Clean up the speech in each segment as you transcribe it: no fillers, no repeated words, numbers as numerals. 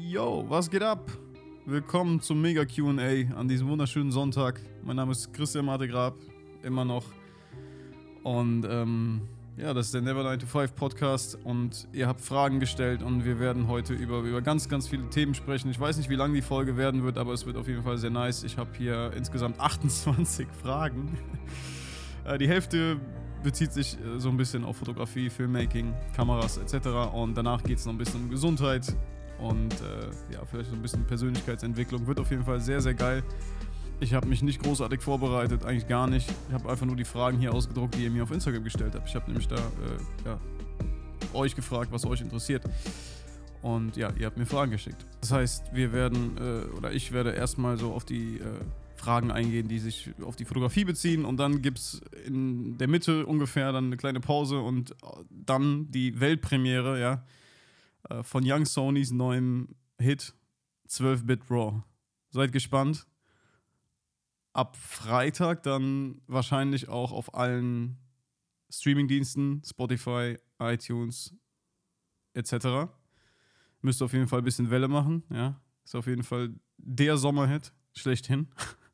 Yo, was geht ab? Willkommen zum Mega Q&A an diesem wunderschönen Sonntag. Mein Name ist Christian Martegrab, immer noch. Und das ist der Never 9 to 5 Podcast und ihr habt Fragen gestellt und wir werden heute über ganz, ganz viele Themen sprechen. Ich weiß nicht, wie lang die Folge werden wird, aber es wird auf jeden Fall sehr nice. Ich habe hier insgesamt 28 Fragen. Die Hälfte bezieht sich so ein bisschen auf Fotografie, Filmmaking, Kameras etc. Und danach geht es noch ein bisschen um Gesundheit und vielleicht so ein bisschen Persönlichkeitsentwicklung. Wird auf jeden Fall sehr, sehr geil. Ich habe mich nicht großartig vorbereitet, eigentlich gar nicht. Ich habe einfach nur die Fragen hier ausgedruckt, die ihr mir auf Instagram gestellt habt. Ich habe nämlich da euch gefragt, was euch interessiert. Und ja, ihr habt mir Fragen geschickt. Das heißt, ich werde erstmal so auf die Fragen eingehen, die sich auf die Fotografie beziehen. Und dann gibt es in der Mitte ungefähr dann eine kleine Pause und dann die Weltpremiere, von Young Sonys neuem Hit 12-Bit RAW. Seid gespannt. Ab Freitag dann wahrscheinlich auch auf allen Streamingdiensten, Spotify, iTunes etc. Müsst auf jeden Fall ein bisschen Welle machen, ja. Ist auf jeden Fall der Sommerhit schlechthin.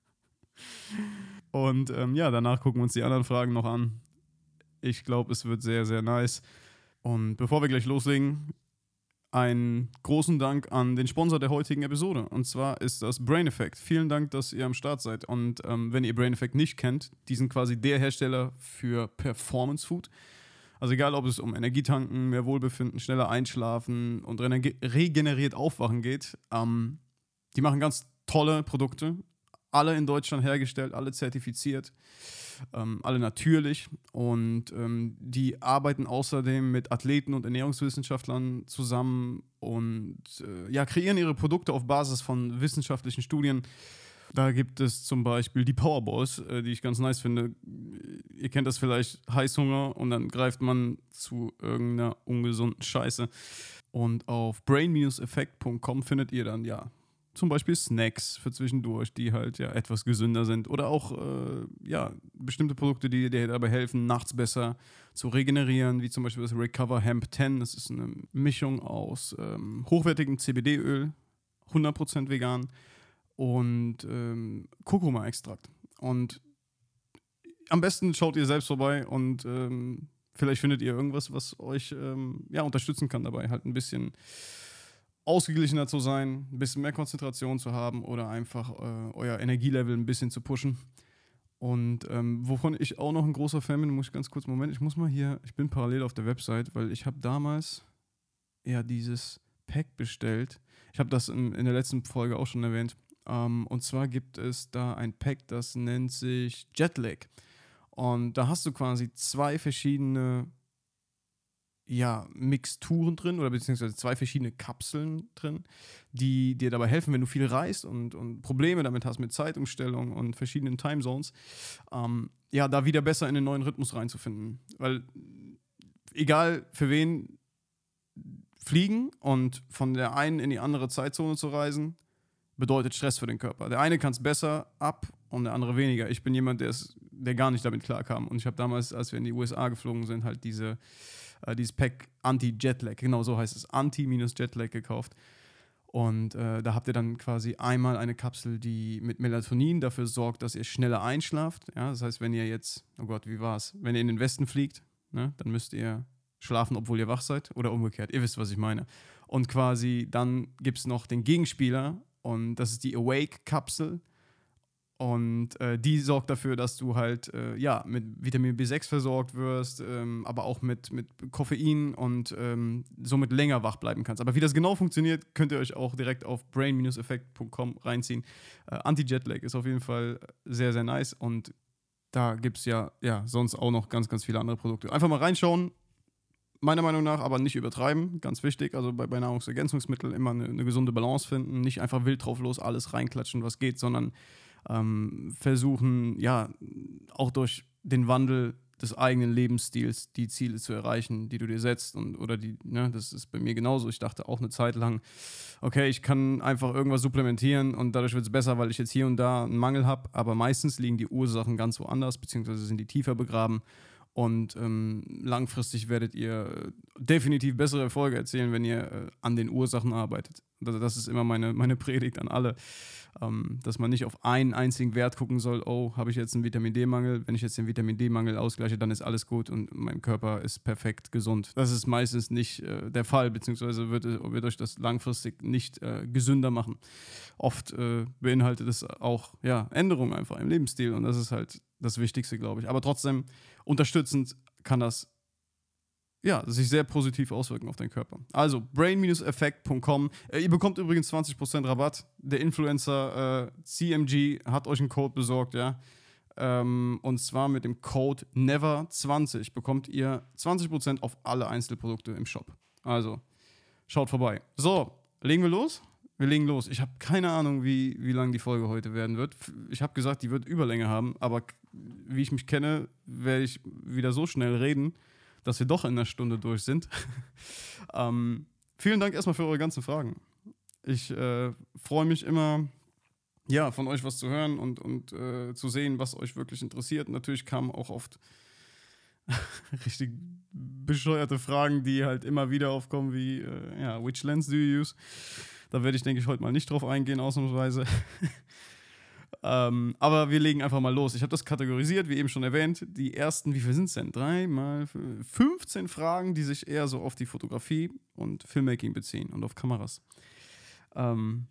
Und danach gucken wir uns die anderen Fragen noch an. Ich glaube, es wird sehr, sehr nice. Und bevor wir gleich loslegen, einen großen Dank an den Sponsor der heutigen Episode. Und zwar ist das Brain Effect. Vielen Dank, dass ihr am Start seid. Und wenn ihr Brain Effect nicht kennt, die sind quasi der Hersteller für Performance Food. Also egal, ob es um Energietanken, mehr Wohlbefinden, schneller einschlafen und regeneriert aufwachen geht. Die machen ganz tolle Produkte. Alle in Deutschland hergestellt, alle zertifiziert. Alle natürlich und die arbeiten außerdem mit Athleten und Ernährungswissenschaftlern zusammen und kreieren ihre Produkte auf Basis von wissenschaftlichen Studien. Da gibt es zum Beispiel die Powerballs, die ich ganz nice finde. Ihr kennt das vielleicht, Heißhunger und dann greift man zu irgendeiner ungesunden Scheiße. Und auf brain-effekt.com findet ihr dann zum Beispiel Snacks für zwischendurch, die halt etwas gesünder sind. Oder auch bestimmte Produkte, die dir dabei helfen, nachts besser zu regenerieren, wie zum Beispiel das Recover Hemp 10. Das ist eine Mischung aus hochwertigem CBD-Öl, 100% vegan und Kurkuma-Extrakt. Und am besten schaut ihr selbst vorbei und vielleicht findet ihr irgendwas, was euch unterstützen kann dabei, halt ein bisschen ausgeglichener zu sein, ein bisschen mehr Konzentration zu haben oder einfach euer Energielevel ein bisschen zu pushen. Und wovon ich auch noch ein großer Fan bin, muss ich ganz kurz, ich bin parallel auf der Website, weil ich habe damals dieses Pack bestellt. Ich habe das in der letzten Folge auch schon erwähnt. Und zwar gibt es da ein Pack, das nennt sich Jetlag. Und da hast du quasi 2 verschiedene Mixturen drin oder beziehungsweise 2 verschiedene Kapseln drin, die dir dabei helfen, wenn du viel reist und Probleme damit hast mit Zeitumstellung und verschiedenen Timezones, da wieder besser in den neuen Rhythmus reinzufinden. Weil egal für wen, fliegen und von der einen in die andere Zeitzone zu reisen, bedeutet Stress für den Körper. Der eine kann es besser ab und der andere weniger. Ich bin jemand, der gar nicht damit klarkam. Und ich habe damals, als wir in die USA geflogen sind, halt dieses Pack Anti-Jetlag, genau so heißt es, Anti-Jetlag gekauft. Und da habt ihr dann quasi einmal eine Kapsel, die mit Melatonin dafür sorgt, dass ihr schneller einschlaft. Ja, das heißt, wenn ihr jetzt, oh Gott, wie war's? Wenn ihr in den Westen fliegt, ne, dann müsst ihr schlafen, obwohl ihr wach seid oder umgekehrt. Ihr wisst, was ich meine. Und quasi dann gibt es noch den Gegenspieler und das ist die Awake-Kapsel. Und die sorgt dafür, dass du halt mit Vitamin B6 versorgt wirst, aber auch mit Koffein und somit länger wach bleiben kannst. Aber wie das genau funktioniert, könnt ihr euch auch direkt auf brain-effekt.com reinziehen. Anti-Jetlag ist auf jeden Fall sehr, sehr nice und da gibt es sonst auch noch ganz, ganz viele andere Produkte. Einfach mal reinschauen. Meiner Meinung nach aber nicht übertreiben, ganz wichtig. Also bei Nahrungsergänzungsmitteln immer eine gesunde Balance finden. Nicht einfach wild drauf los alles reinklatschen, was geht, sondern versuchen, auch durch den Wandel des eigenen Lebensstils die Ziele zu erreichen, die du dir setzt. Das ist bei mir genauso. Ich dachte auch eine Zeit lang, okay, ich kann einfach irgendwas supplementieren und dadurch wird es besser, weil ich jetzt hier und da einen Mangel habe. Aber meistens liegen die Ursachen ganz woanders, beziehungsweise sind die tiefer begraben. Und langfristig werdet ihr definitiv bessere Erfolge erzielen, wenn ihr an den Ursachen arbeitet. Das ist immer meine Predigt an alle, dass man nicht auf einen einzigen Wert gucken soll, oh, habe ich jetzt einen Vitamin D-Mangel? Wenn ich jetzt den Vitamin D-Mangel ausgleiche, dann ist alles gut und mein Körper ist perfekt gesund. Das ist meistens nicht der Fall, beziehungsweise wird euch das langfristig nicht gesünder machen. Oft beinhaltet es auch Änderungen einfach im Lebensstil und das ist halt das Wichtigste, glaube ich. Aber trotzdem, unterstützend kann das sich sehr positiv auswirken auf deinen Körper. Also brain-effekt.com. Ihr bekommt übrigens 20% Rabatt. Der Influencer CMG hat euch einen Code besorgt, ja. Und zwar mit dem Code NEVER20 bekommt ihr 20% auf alle Einzelprodukte im Shop. Also, schaut vorbei. So, legen wir los? Wir legen los. Ich habe keine Ahnung, wie lang die Folge heute werden wird. Ich habe gesagt, die wird Überlänge haben, aber wie ich mich kenne, werde ich wieder so schnell reden, dass wir doch in einer Stunde durch sind. Vielen Dank erstmal für eure ganzen Fragen. Ich freue mich immer, von euch was zu hören und zu sehen, was euch wirklich interessiert. Natürlich kamen auch oft richtig bescheuerte Fragen, die halt immer wieder aufkommen, wie, which lens do you use? Da werde ich, denke ich, heute mal nicht drauf eingehen, ausnahmsweise. Aber wir legen einfach mal los. Ich habe das kategorisiert, wie eben schon erwähnt. Die ersten, wie viel sind es denn? 3 mal 15 Fragen, die sich eher so auf die Fotografie und Filmmaking beziehen und auf Kameras. Und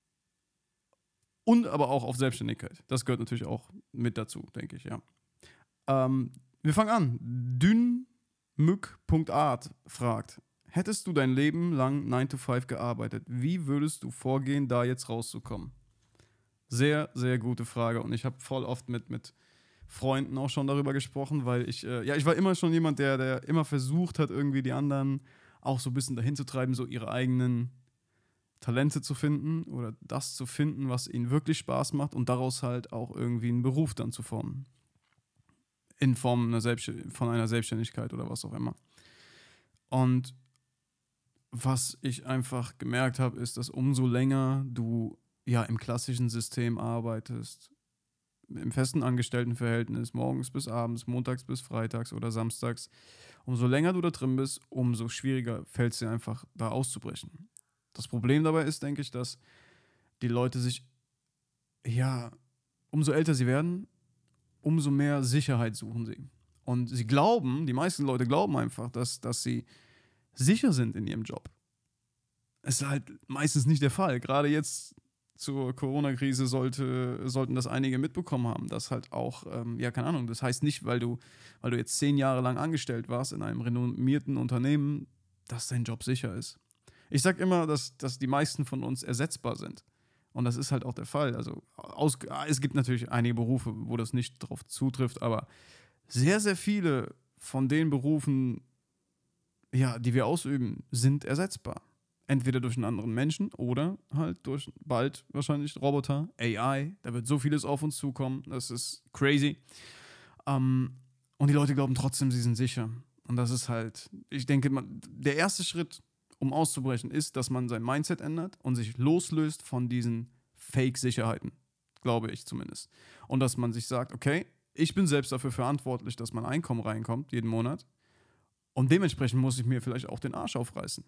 aber auch auf Selbstständigkeit. Das gehört natürlich auch mit dazu, denke ich, ja. Wir fangen an. Dynmück.art fragt: Hättest du dein Leben lang 9 to 5 gearbeitet, wie würdest du vorgehen, da jetzt rauszukommen? Sehr, sehr gute Frage und ich habe voll oft mit Freunden auch schon darüber gesprochen, weil ich war immer schon jemand, der immer versucht hat, irgendwie die anderen auch so ein bisschen dahin zu treiben, so ihre eigenen Talente zu finden oder das zu finden, was ihnen wirklich Spaß macht und daraus halt auch irgendwie einen Beruf dann zu formen. In Form von einer Selbstständigkeit oder was auch immer. Und was ich einfach gemerkt habe, ist, dass umso länger du im klassischen System arbeitest, im festen Angestelltenverhältnis, morgens bis abends, montags bis freitags oder samstags, umso länger du da drin bist, umso schwieriger fällt es dir einfach, da auszubrechen. Das Problem dabei ist, denke ich, dass die Leute sich, umso älter sie werden, umso mehr Sicherheit suchen sie. Und die meisten Leute glauben einfach, dass sie sicher sind in ihrem Job. Es ist halt meistens nicht der Fall. Gerade jetzt zur Corona-Krise sollten das einige mitbekommen haben, dass halt auch, keine Ahnung, das heißt nicht, weil du jetzt 10 Jahre lang angestellt warst in einem renommierten Unternehmen, dass dein Job sicher ist. Ich sag immer, dass die meisten von uns ersetzbar sind. Und das ist halt auch der Fall. Also es gibt natürlich einige Berufe, wo das nicht drauf zutrifft, aber sehr, sehr viele von den Berufen, die wir ausüben, sind ersetzbar. Entweder durch einen anderen Menschen oder halt durch bald wahrscheinlich Roboter, AI. Da wird so vieles auf uns zukommen. Das ist crazy. Und die Leute glauben trotzdem, sie sind sicher. Und das ist halt, ich denke, der erste Schritt, um auszubrechen, ist, dass man sein Mindset ändert und sich loslöst von diesen Fake-Sicherheiten. Glaube ich zumindest. Und dass man sich sagt, okay, ich bin selbst dafür verantwortlich, dass mein Einkommen reinkommt, jeden Monat. Und dementsprechend muss ich mir vielleicht auch den Arsch aufreißen.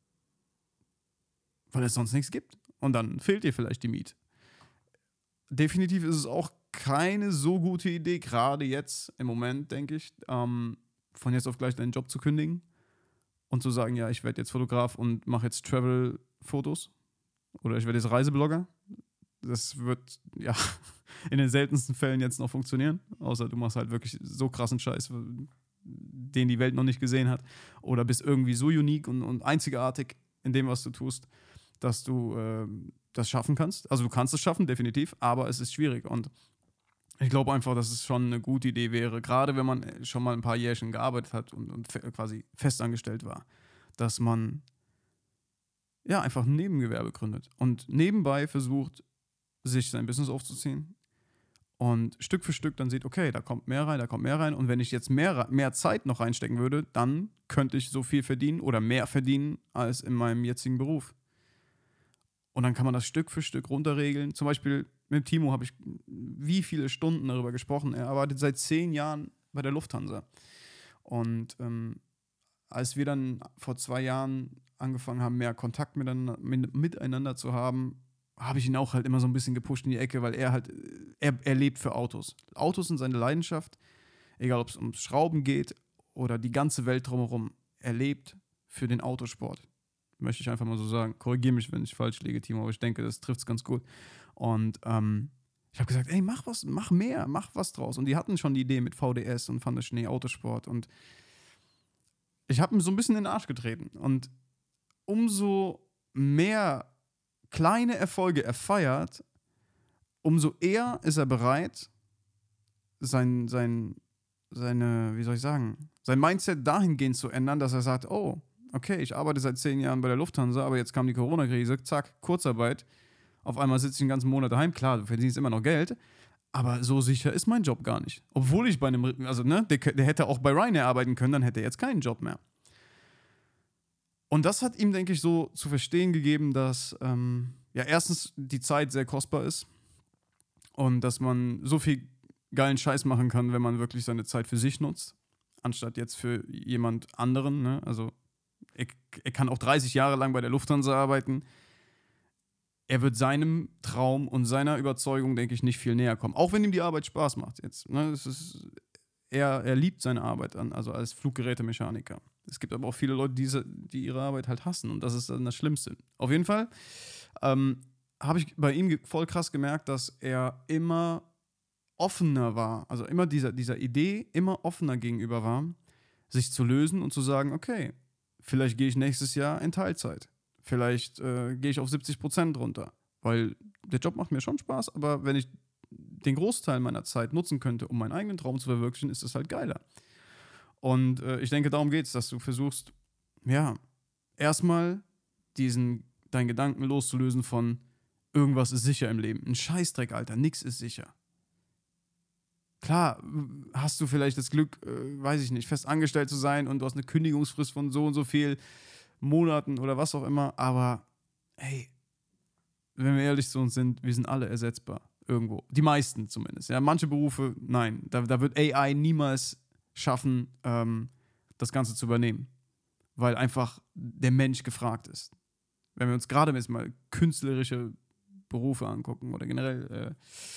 Weil es sonst nichts gibt. Und dann fehlt dir vielleicht die Miete. Definitiv ist es auch keine so gute Idee, gerade jetzt im Moment, denke ich, von jetzt auf gleich deinen Job zu kündigen und zu sagen, ja, ich werde jetzt Fotograf und mache jetzt Travel-Fotos oder ich werde jetzt Reiseblogger. Das wird, in den seltensten Fällen jetzt noch funktionieren, außer du machst halt wirklich so krassen Scheiß, den die Welt noch nicht gesehen hat oder bist irgendwie so unique und einzigartig in dem, was du tust, dass du das schaffen kannst. Also du kannst es schaffen, definitiv, aber es ist schwierig und ich glaube einfach, dass es schon eine gute Idee wäre, gerade wenn man schon mal ein paar Jährchen gearbeitet hat und quasi festangestellt war, dass man einfach ein Nebengewerbe gründet und nebenbei versucht, sich sein Business aufzuziehen und Stück für Stück dann sieht, okay, da kommt mehr rein und wenn ich jetzt mehr Zeit noch reinstecken würde, dann könnte ich so viel verdienen oder mehr verdienen als in meinem jetzigen Beruf. Und dann kann man das Stück für Stück runterregeln. Zum Beispiel mit Timo habe ich wie viele Stunden darüber gesprochen. Er arbeitet seit 10 Jahren bei der Lufthansa. Und als wir dann vor 2 Jahren angefangen haben, mehr Kontakt miteinander zu haben, habe ich ihn auch halt immer so ein bisschen gepusht in die Ecke, weil er lebt für Autos. Autos sind seine Leidenschaft, egal ob es ums Schrauben geht oder die ganze Welt drumherum. Er lebt für den Autosport. Möchte ich einfach mal so sagen. Korrigiere mich, wenn ich falsch liege, Timo, aber ich denke, das trifft es ganz gut. Und ich habe gesagt, ey, mach was, mach mehr, mach was draus. Und die hatten schon die Idee mit VDS und Van der Schnee Autosport. Und ich habe ihm so ein bisschen in den Arsch getreten. Und umso mehr kleine Erfolge er feiert, umso eher ist er bereit, seine, wie soll ich sagen, sein Mindset dahingehend zu ändern, dass er sagt, oh, okay, ich arbeite seit 10 Jahren bei der Lufthansa, aber jetzt kam die Corona-Krise, zack, Kurzarbeit, auf einmal sitze ich den ganzen Monat daheim, klar, du verdienst immer noch Geld, aber so sicher ist mein Job gar nicht. Obwohl ich bei einem, also ne, der hätte auch bei Ryanair arbeiten können, dann hätte er jetzt keinen Job mehr. Und das hat ihm, denke ich, so zu verstehen gegeben, dass ja erstens die Zeit sehr kostbar ist und dass man so viel geilen Scheiß machen kann, wenn man wirklich seine Zeit für sich nutzt, anstatt jetzt für jemand anderen. Ne? Also er kann auch 30 Jahre lang bei der Lufthansa arbeiten. Er wird seinem Traum und seiner Überzeugung, denke ich, nicht viel näher kommen. Auch wenn ihm die Arbeit Spaß macht jetzt. Ne? Er liebt seine Arbeit also als Fluggerätemechaniker. Es gibt aber auch viele Leute, die ihre Arbeit halt hassen und das ist dann das Schlimmste. Auf jeden Fall habe ich bei ihm voll krass gemerkt, dass er immer offener war, also immer dieser Idee immer offener gegenüber war, sich zu lösen und zu sagen, okay, vielleicht gehe ich nächstes Jahr in Teilzeit. Vielleicht gehe ich auf 70% runter, weil der Job macht mir schon Spaß, aber wenn ich den Großteil meiner Zeit nutzen könnte, um meinen eigenen Traum zu verwirklichen, ist es halt geiler. Und ich denke, darum geht es, dass du versuchst, ja, erstmal deinen Gedanken loszulösen von irgendwas ist sicher im Leben. Ein Scheißdreck, Alter, nix ist sicher. Klar, hast du vielleicht das Glück, weiß ich nicht, fest angestellt zu sein und du hast eine Kündigungsfrist von so und so viel Monaten oder was auch immer, aber hey, wenn wir ehrlich zu uns sind, wir sind alle ersetzbar. Irgendwo. Die meisten zumindest. Ja, manche Berufe, nein. Da wird AI niemals schaffen, das Ganze zu übernehmen. Weil einfach der Mensch gefragt ist. Wenn wir uns gerade jetzt mal künstlerische Berufe angucken oder generell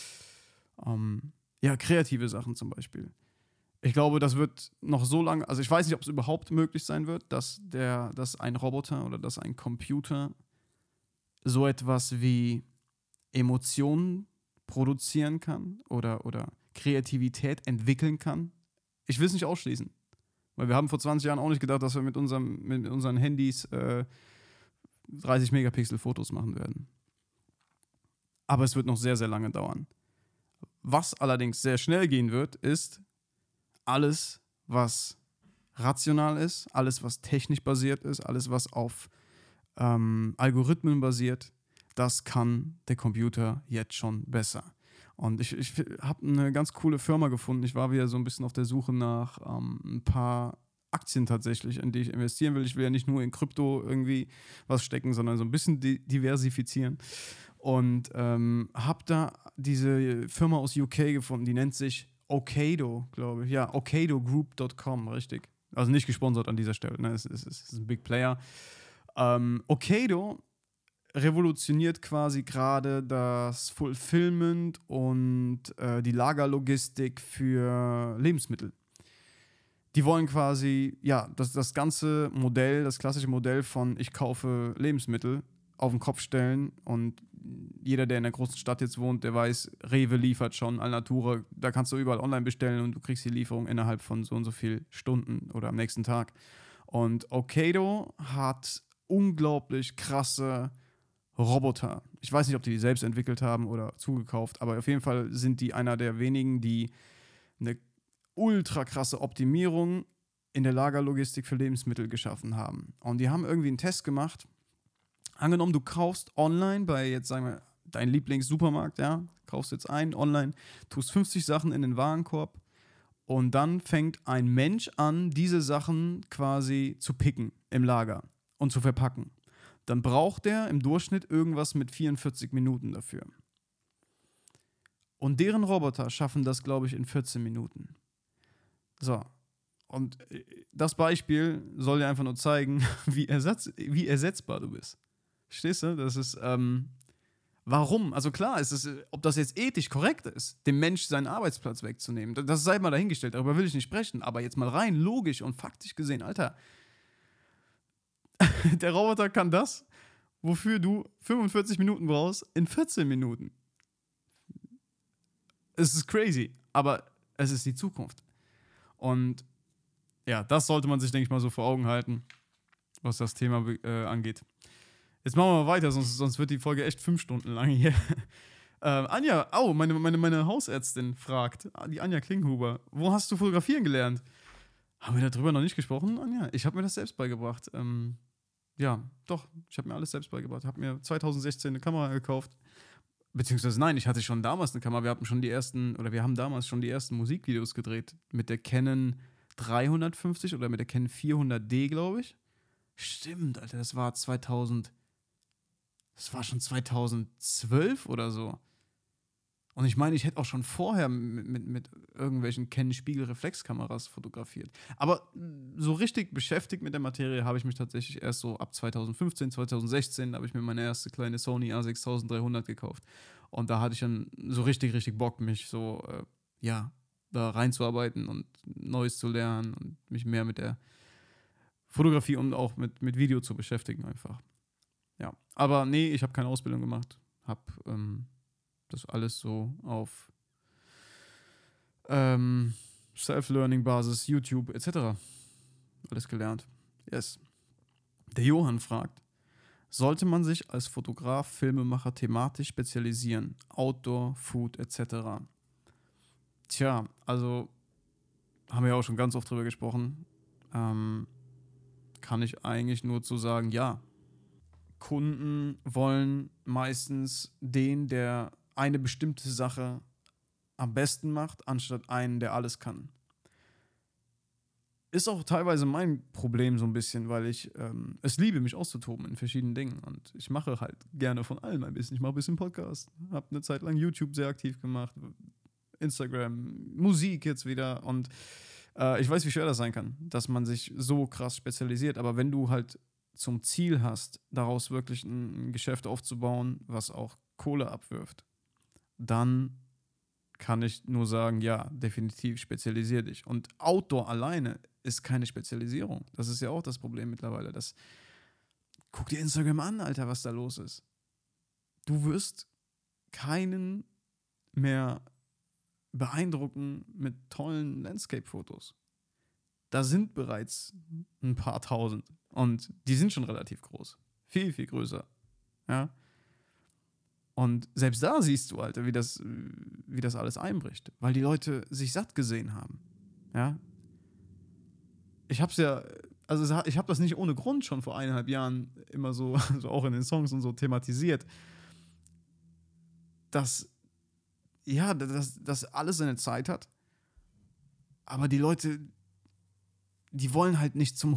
ja, kreative Sachen zum Beispiel. Ich glaube, das wird noch so lange, also ich weiß nicht, ob es überhaupt möglich sein wird, dass ein Roboter oder dass ein Computer so etwas wie Emotionen produzieren kann oder Kreativität entwickeln kann. Ich will es nicht ausschließen. Weil wir haben vor 20 Jahren auch nicht gedacht, dass wir mit unseren Handys 30 Megapixel Fotos machen werden. Aber es wird noch sehr, sehr lange dauern. Was allerdings sehr schnell gehen wird, ist alles, was rational ist, alles, was technisch basiert ist, alles, was auf Algorithmen basiert, das kann der Computer jetzt schon besser. Und ich habe eine ganz coole Firma gefunden. Ich war wieder so ein bisschen auf der Suche nach ein paar Aktien tatsächlich, in die ich investieren will. Ich will ja nicht nur in Krypto irgendwie was stecken, sondern so ein bisschen diversifizieren. Und habe da diese Firma aus UK gefunden, die nennt sich Okado, glaube ich. Ja, okadogroup.com, richtig. Also nicht gesponsert an dieser Stelle, ne? Es ist ein Big Player. Okado revolutioniert quasi gerade das Fulfillment und die Lagerlogistik für Lebensmittel. Die wollen quasi, ja, das ganze Modell, das klassische Modell von ich kaufe Lebensmittel auf den Kopf stellen und jeder, der in der großen Stadt jetzt wohnt, der weiß, Rewe liefert schon, Alnatura, da kannst du überall online bestellen und du kriegst die Lieferung innerhalb von so und so viel Stunden oder am nächsten Tag. Und Okado hat unglaublich krasse Roboter. Ich weiß nicht, ob die selbst entwickelt haben oder zugekauft, aber auf jeden Fall sind die einer der wenigen, die eine ultra krasse Optimierung in der Lagerlogistik für Lebensmittel geschaffen haben. Und die haben irgendwie einen Test gemacht. Angenommen, du kaufst online bei, jetzt sagen wir, dein Lieblings-Supermarkt, ja, kaufst jetzt ein online, tust 50 Sachen in den Warenkorb und dann fängt ein Mensch an, diese Sachen quasi zu picken im Lager und zu verpacken. Dann braucht er im Durchschnitt irgendwas mit 44 Minuten dafür. Und deren Roboter schaffen das, glaube ich, in 14 Minuten. So. Und das Beispiel soll dir einfach nur zeigen, wie ersetzbar du bist. Verstehst du? Das ist, warum? Also klar, ob das jetzt ethisch korrekt ist, dem Mensch seinen Arbeitsplatz wegzunehmen, das sei mal dahingestellt, darüber will ich nicht sprechen, aber jetzt mal rein logisch und faktisch gesehen, Alter, der Roboter kann das, wofür du 45 Minuten brauchst, in 14 Minuten. Es ist crazy, aber es ist die Zukunft. Und ja, das sollte man sich, denke ich mal, so vor Augen halten, was das Thema angeht. Jetzt machen wir mal weiter, sonst wird die Folge echt 5 Stunden lang hier. Anja, meine Hausärztin fragt, die Anja Klinghuber, wo hast du fotografieren gelernt? Haben wir darüber noch nicht gesprochen, Anja? Ich habe mir das selbst beigebracht. Ja, doch, ich habe mir alles selbst beigebracht. Ich habe mir 2016 eine Kamera gekauft. Beziehungsweise nein, ich hatte schon damals eine Kamera. Wir haben damals schon die ersten Musikvideos gedreht mit der Canon 350 oder mit der Canon 400D, glaube ich. Stimmt, Alter, das war schon 2012 oder so. Und ich meine, ich hätte auch schon vorher mit irgendwelchen Canon-Spiegelreflexkameras fotografiert. Aber so richtig beschäftigt mit der Materie habe ich mich tatsächlich erst so ab 2015, 2016, da habe ich mir meine erste kleine Sony A6300 gekauft. Und da hatte ich dann so richtig, richtig Bock, mich so, da reinzuarbeiten und Neues zu lernen und mich mehr mit der Fotografie und auch mit Video zu beschäftigen einfach. Ja, aber nee, ich habe keine Ausbildung gemacht. Habe das alles so auf Self-Learning-Basis, YouTube etc. alles gelernt. Yes. Der Johann fragt, sollte man sich als Fotograf, Filmemacher thematisch spezialisieren? Outdoor, Food etc. Tja, also haben wir ja auch schon ganz oft drüber gesprochen. Kann ich eigentlich nur zu sagen, ja. Kunden wollen meistens den, der eine bestimmte Sache am besten macht, anstatt einen, der alles kann. Ist auch teilweise mein Problem so ein bisschen, weil ich es liebe, mich auszutoben in verschiedenen Dingen. Und ich mache halt gerne von allem ein bisschen. Ich mache ein bisschen Podcast, habe eine Zeit lang YouTube sehr aktiv gemacht, Instagram, Musik jetzt wieder. Und ich weiß, wie schwer das sein kann, dass man sich so krass spezialisiert. Aber wenn du halt zum Ziel hast, daraus wirklich ein Geschäft aufzubauen, was auch Kohle abwirft, dann kann ich nur sagen, ja, definitiv spezialisier dich. Und Outdoor alleine ist keine Spezialisierung. Das ist ja auch das Problem mittlerweile. Guck dir Instagram an, Alter, was da los ist. Du wirst keinen mehr beeindrucken mit tollen Landscape-Fotos. Da sind bereits ein paar tausend. Und die sind schon relativ groß. Viel, viel größer. Ja. Und selbst da siehst du, Alter, wie das alles einbricht. Weil die Leute sich satt gesehen haben. Ja. Ich habe das nicht ohne Grund schon vor 1,5 Jahren immer so, also auch in den Songs und so thematisiert, dass alles seine Zeit hat. Aber die Leute, die wollen halt nicht zum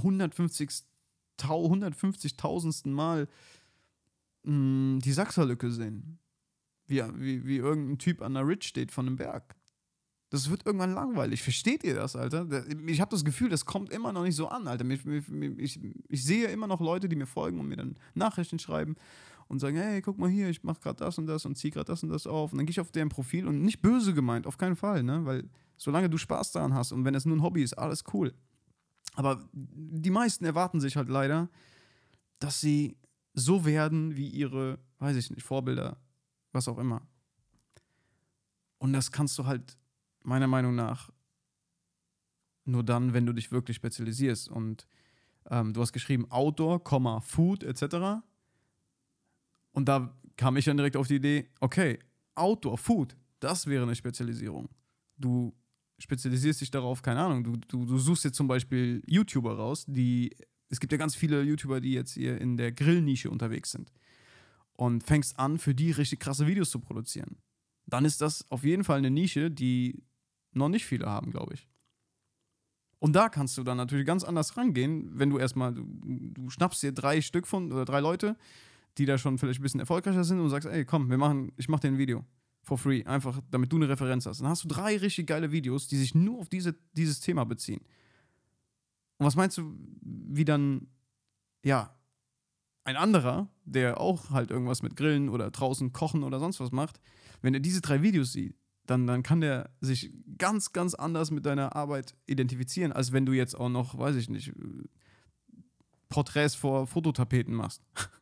150.000. Mal die Sachsa-Lücke sehen. Wie irgendein Typ an der Ridge steht von einem Berg. Das wird irgendwann langweilig. Versteht ihr das, Alter? Ich habe das Gefühl, das kommt immer noch nicht so an, Alter. Ich sehe immer noch Leute, die mir folgen und mir dann Nachrichten schreiben und sagen, hey, guck mal hier, ich mache gerade das und das und ziehe gerade das und das auf. Und dann gehe ich auf deren Profil und nicht böse gemeint, auf keinen Fall, ne? Weil solange du Spaß daran hast und wenn es nur ein Hobby ist, alles cool. Aber die meisten erwarten sich halt leider, dass sie so werden wie ihre, weiß ich nicht, Vorbilder, was auch immer. Und das kannst du halt meiner Meinung nach nur dann, wenn du dich wirklich spezialisierst. Und du hast geschrieben Outdoor, Food etc. Und da kam ich dann direkt auf die Idee, okay, Outdoor, Food, das wäre eine Spezialisierung. Du spezialisierst dich darauf, keine Ahnung, du suchst jetzt zum Beispiel YouTuber raus, es gibt ja ganz viele YouTuber, die jetzt hier in der Grillnische unterwegs sind und fängst an, für die richtig krasse Videos zu produzieren. Dann ist das auf jeden Fall eine Nische, die noch nicht viele haben, glaube ich. Und da kannst du dann natürlich ganz anders rangehen, wenn du erstmal, du schnappst dir 3 Leute, die da schon vielleicht ein bisschen erfolgreicher sind und sagst, ey, komm, ich mach dir ein Video. For free, einfach, damit du eine Referenz hast. Dann hast du 3 richtig geile Videos, die sich nur auf dieses Thema beziehen. Und was meinst du, wie dann, ja, ein anderer, der auch halt irgendwas mit Grillen oder draußen kochen oder sonst was macht, wenn er diese 3 Videos sieht, dann kann der sich ganz, ganz anders mit deiner Arbeit identifizieren, als wenn du jetzt auch noch, weiß ich nicht, Porträts vor Fototapeten machst.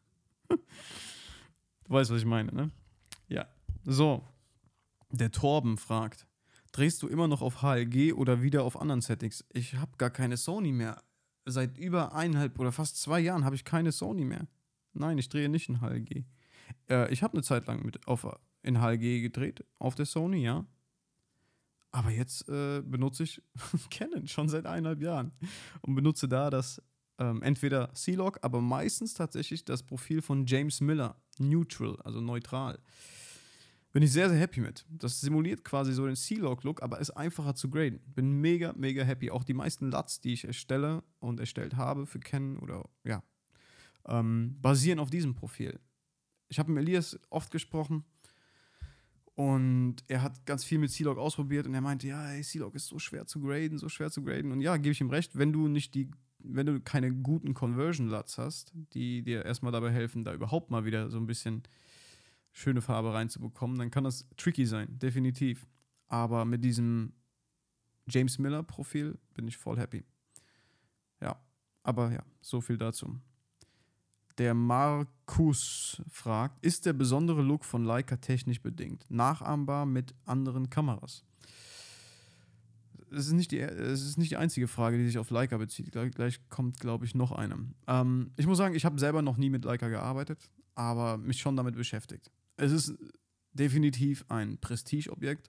Du weißt, was ich meine, ne? Ja. So, der Torben fragt, drehst du immer noch auf HLG oder wieder auf anderen Settings? Ich habe gar keine Sony mehr. Seit über 1,5 oder fast 2 Jahren habe ich keine Sony mehr. Nein, ich drehe nicht in HLG. Ich habe eine Zeit lang in HLG gedreht, auf der Sony, ja. Aber jetzt benutze ich Canon schon seit 1,5 Jahren und benutze da das entweder C-Log, aber meistens tatsächlich das Profil von James Miller, Neutral, also neutral. Bin ich sehr, sehr happy mit. Das simuliert quasi so den C-Log-Look, aber ist einfacher zu graden. Bin mega, mega happy. Auch die meisten LUTs, die ich erstelle und erstellt habe für Canon oder ja, basieren auf diesem Profil. Ich habe mit Elias oft gesprochen und er hat ganz viel mit C-Log ausprobiert und er meinte, ja, hey, C-Log ist so schwer zu graden, so schwer zu graden. Und ja, gebe ich ihm recht, wenn du keine guten Conversion-LUTs hast, die dir erstmal dabei helfen, da überhaupt mal wieder so ein bisschen schöne Farbe reinzubekommen, dann kann das tricky sein, definitiv. Aber mit diesem James Miller Profil bin ich voll happy. Ja, aber ja, so viel dazu. Der Markus fragt, ist der besondere Look von Leica technisch bedingt? Nachahmbar mit anderen Kameras? Es ist nicht die einzige Frage, die sich auf Leica bezieht. Gleich kommt, glaube ich, noch eine. Ich muss sagen, ich habe selber noch nie mit Leica gearbeitet, aber mich schon damit beschäftigt. Es ist definitiv ein Prestigeobjekt.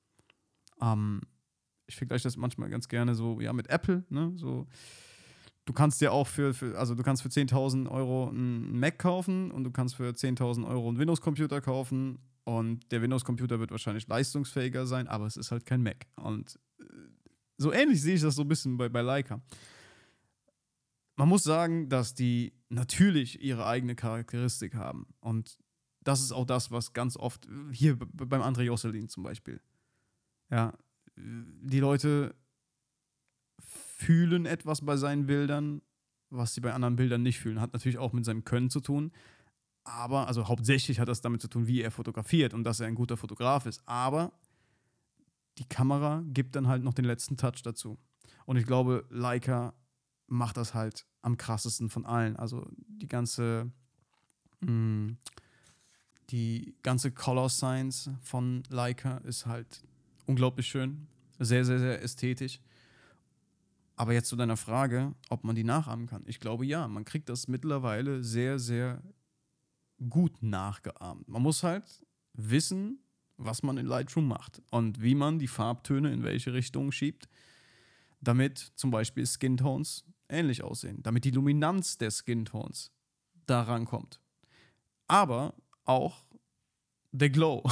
Ich vergleiche das manchmal ganz gerne so, ja, mit Apple, ne? So, du kannst dir auch für 10.000 Euro einen Mac kaufen und du kannst für 10.000 Euro einen Windows-Computer kaufen und der Windows-Computer wird wahrscheinlich leistungsfähiger sein, aber es ist halt kein Mac. Und so ähnlich sehe ich das so ein bisschen bei Leica. Man muss sagen, dass die natürlich ihre eigene Charakteristik haben und das ist auch das, was ganz oft, hier beim André Josselin zum Beispiel, ja, die Leute fühlen etwas bei seinen Bildern, was sie bei anderen Bildern nicht fühlen. Hat natürlich auch mit seinem Können zu tun, aber, also hauptsächlich hat das damit zu tun, wie er fotografiert und dass er ein guter Fotograf ist, aber die Kamera gibt dann halt noch den letzten Touch dazu. Und ich glaube, Leica macht das halt am krassesten von allen. Also die ganze Color Science von Leica ist halt unglaublich schön. Sehr, sehr, sehr ästhetisch. Aber jetzt zu deiner Frage, ob man die nachahmen kann. Ich glaube, ja, man kriegt das mittlerweile sehr, sehr gut nachgeahmt. Man muss halt wissen, was man in Lightroom macht und wie man die Farbtöne in welche Richtung schiebt, damit zum Beispiel Skintones ähnlich aussehen, damit die Luminanz der Skintones da rankommt. Aber auch der Glow.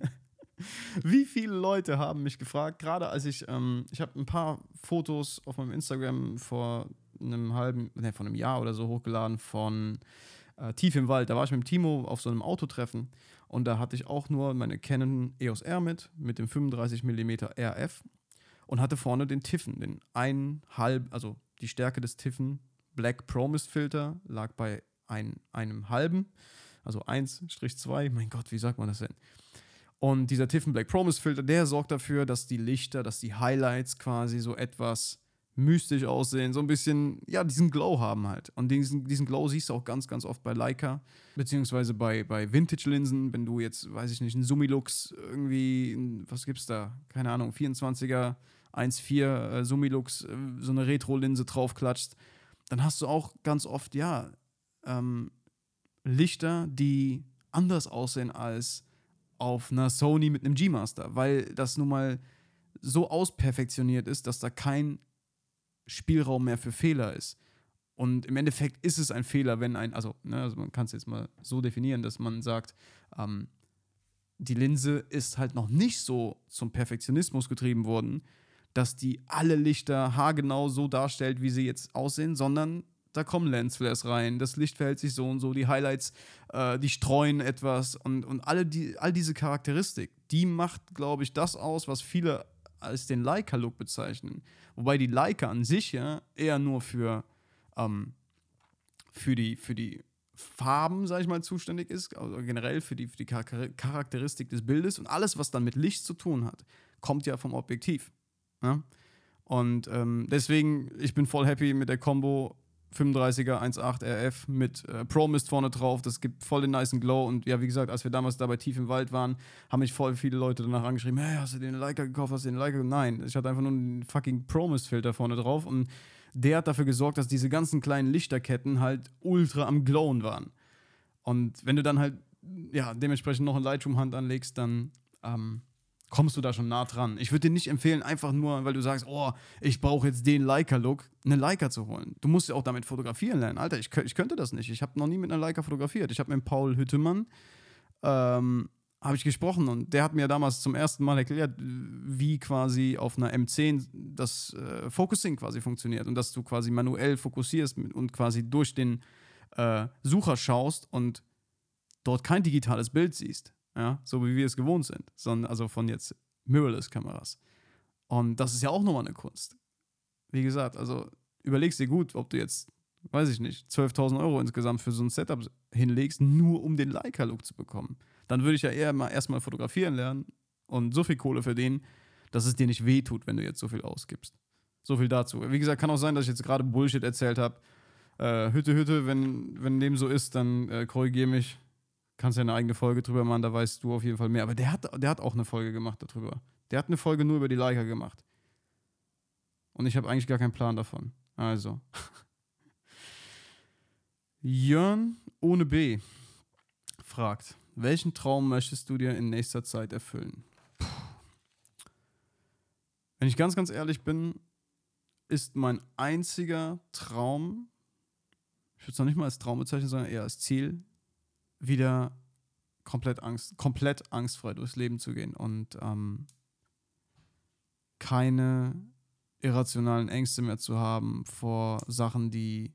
Wie viele Leute haben mich gefragt, gerade als ich habe ein paar Fotos auf meinem Instagram vor einem Jahr oder so hochgeladen von tief im Wald. Da war ich mit dem Timo auf so einem Autotreffen und da hatte ich auch nur meine Canon EOS R mit dem 35mm RF und hatte vorne den Tiffen, also die Stärke des Tiffen Black Promised Filter lag bei einem halben, also 1/2, mein Gott, wie sagt man das denn? Und dieser Tiffen Black Promise Filter, der sorgt dafür, dass die Lichter, dass die Highlights quasi so etwas mystisch aussehen, so ein bisschen, ja, diesen Glow haben halt. Und diesen Glow siehst du auch ganz, ganz oft bei Leica, beziehungsweise bei Vintage-Linsen, wenn du jetzt, weiß ich nicht, einen Summilux irgendwie, was gibt's da? Keine Ahnung, 24er, 1.4 Summilux, so eine Retro-Linse draufklatscht, dann hast du auch ganz oft, ja, Lichter, die anders aussehen als auf einer Sony mit einem G-Master, weil das nun mal so ausperfektioniert ist, dass da kein Spielraum mehr für Fehler ist. Und im Endeffekt ist es ein Fehler, wenn also man kann es jetzt mal so definieren, dass man sagt, die Linse ist halt noch nicht so zum Perfektionismus getrieben worden, dass die alle Lichter haargenau so darstellt, wie sie jetzt aussehen, sondern da kommen Lensflares rein, das Licht verhält sich so und so, die Highlights, die streuen etwas und all diese Charakteristik, die macht, glaube ich, das aus, was viele als den Leica-Look bezeichnen. Wobei die Leica an sich ja eher nur für die Farben, sag ich mal, zuständig ist, also generell für die Charakteristik des Bildes und alles, was dann mit Licht zu tun hat, kommt ja vom Objektiv. Ja? Und deswegen, ich bin voll happy mit der Combo 35er 1.8 RF mit Pro Mist vorne drauf. Das gibt voll den nicen Glow. Und ja, wie gesagt, als wir damals dabei tief im Wald waren, haben mich voll viele Leute danach angeschrieben: Hey, hast du den Leica gekauft? Hast du den Leica? Nein, ich hatte einfach nur einen fucking Pro Mist Filter vorne drauf. Und der hat dafür gesorgt, dass diese ganzen kleinen Lichterketten halt ultra am Glowen waren. Und wenn du dann halt, ja, dementsprechend noch ein Lightroom-Hand anlegst, dann kommst du da schon nah dran. Ich würde dir nicht empfehlen, einfach nur, weil du sagst, oh, ich brauche jetzt den Leica-Look, eine Leica zu holen. Du musst ja auch damit fotografieren lernen. Alter, ich könnte das nicht. Ich habe noch nie mit einer Leica fotografiert. Ich habe mit Paul Hüttemann habe ich gesprochen und der hat mir damals zum ersten Mal erklärt, wie quasi auf einer M10 das Focusing quasi funktioniert und dass du quasi manuell fokussierst und quasi durch den Sucher schaust und dort kein digitales Bild siehst. Ja, so wie wir es gewohnt sind, sondern also von jetzt Mirrorless-Kameras. Und das ist ja auch nochmal eine Kunst. Wie gesagt, also überlegst dir gut, ob du jetzt, weiß ich nicht, 12.000 Euro insgesamt für so ein Setup hinlegst, nur um den Leica-Look zu bekommen. Dann würde ich ja eher mal erstmal fotografieren lernen und so viel Kohle verdienen, dass es dir nicht wehtut, wenn du jetzt so viel ausgibst. So viel dazu. Wie gesagt, kann auch sein, dass ich jetzt gerade Bullshit erzählt habe. Hütte, wenn dem so ist, dann korrigier mich. Kannst ja eine eigene Folge drüber machen, da weißt du auf jeden Fall mehr. Aber der hat auch eine Folge gemacht darüber. Der hat eine Folge nur über die Leica gemacht. Und ich habe eigentlich gar keinen Plan davon. Also. Jörn ohne B fragt: Welchen Traum möchtest du dir in nächster Zeit erfüllen? Puh. Wenn ich ganz, ganz ehrlich bin, ist mein einziger Traum, ich würde es noch nicht mal als Traum bezeichnen, sondern eher als Ziel, wieder komplett angstfrei durchs Leben zu gehen und keine irrationalen Ängste mehr zu haben vor Sachen, die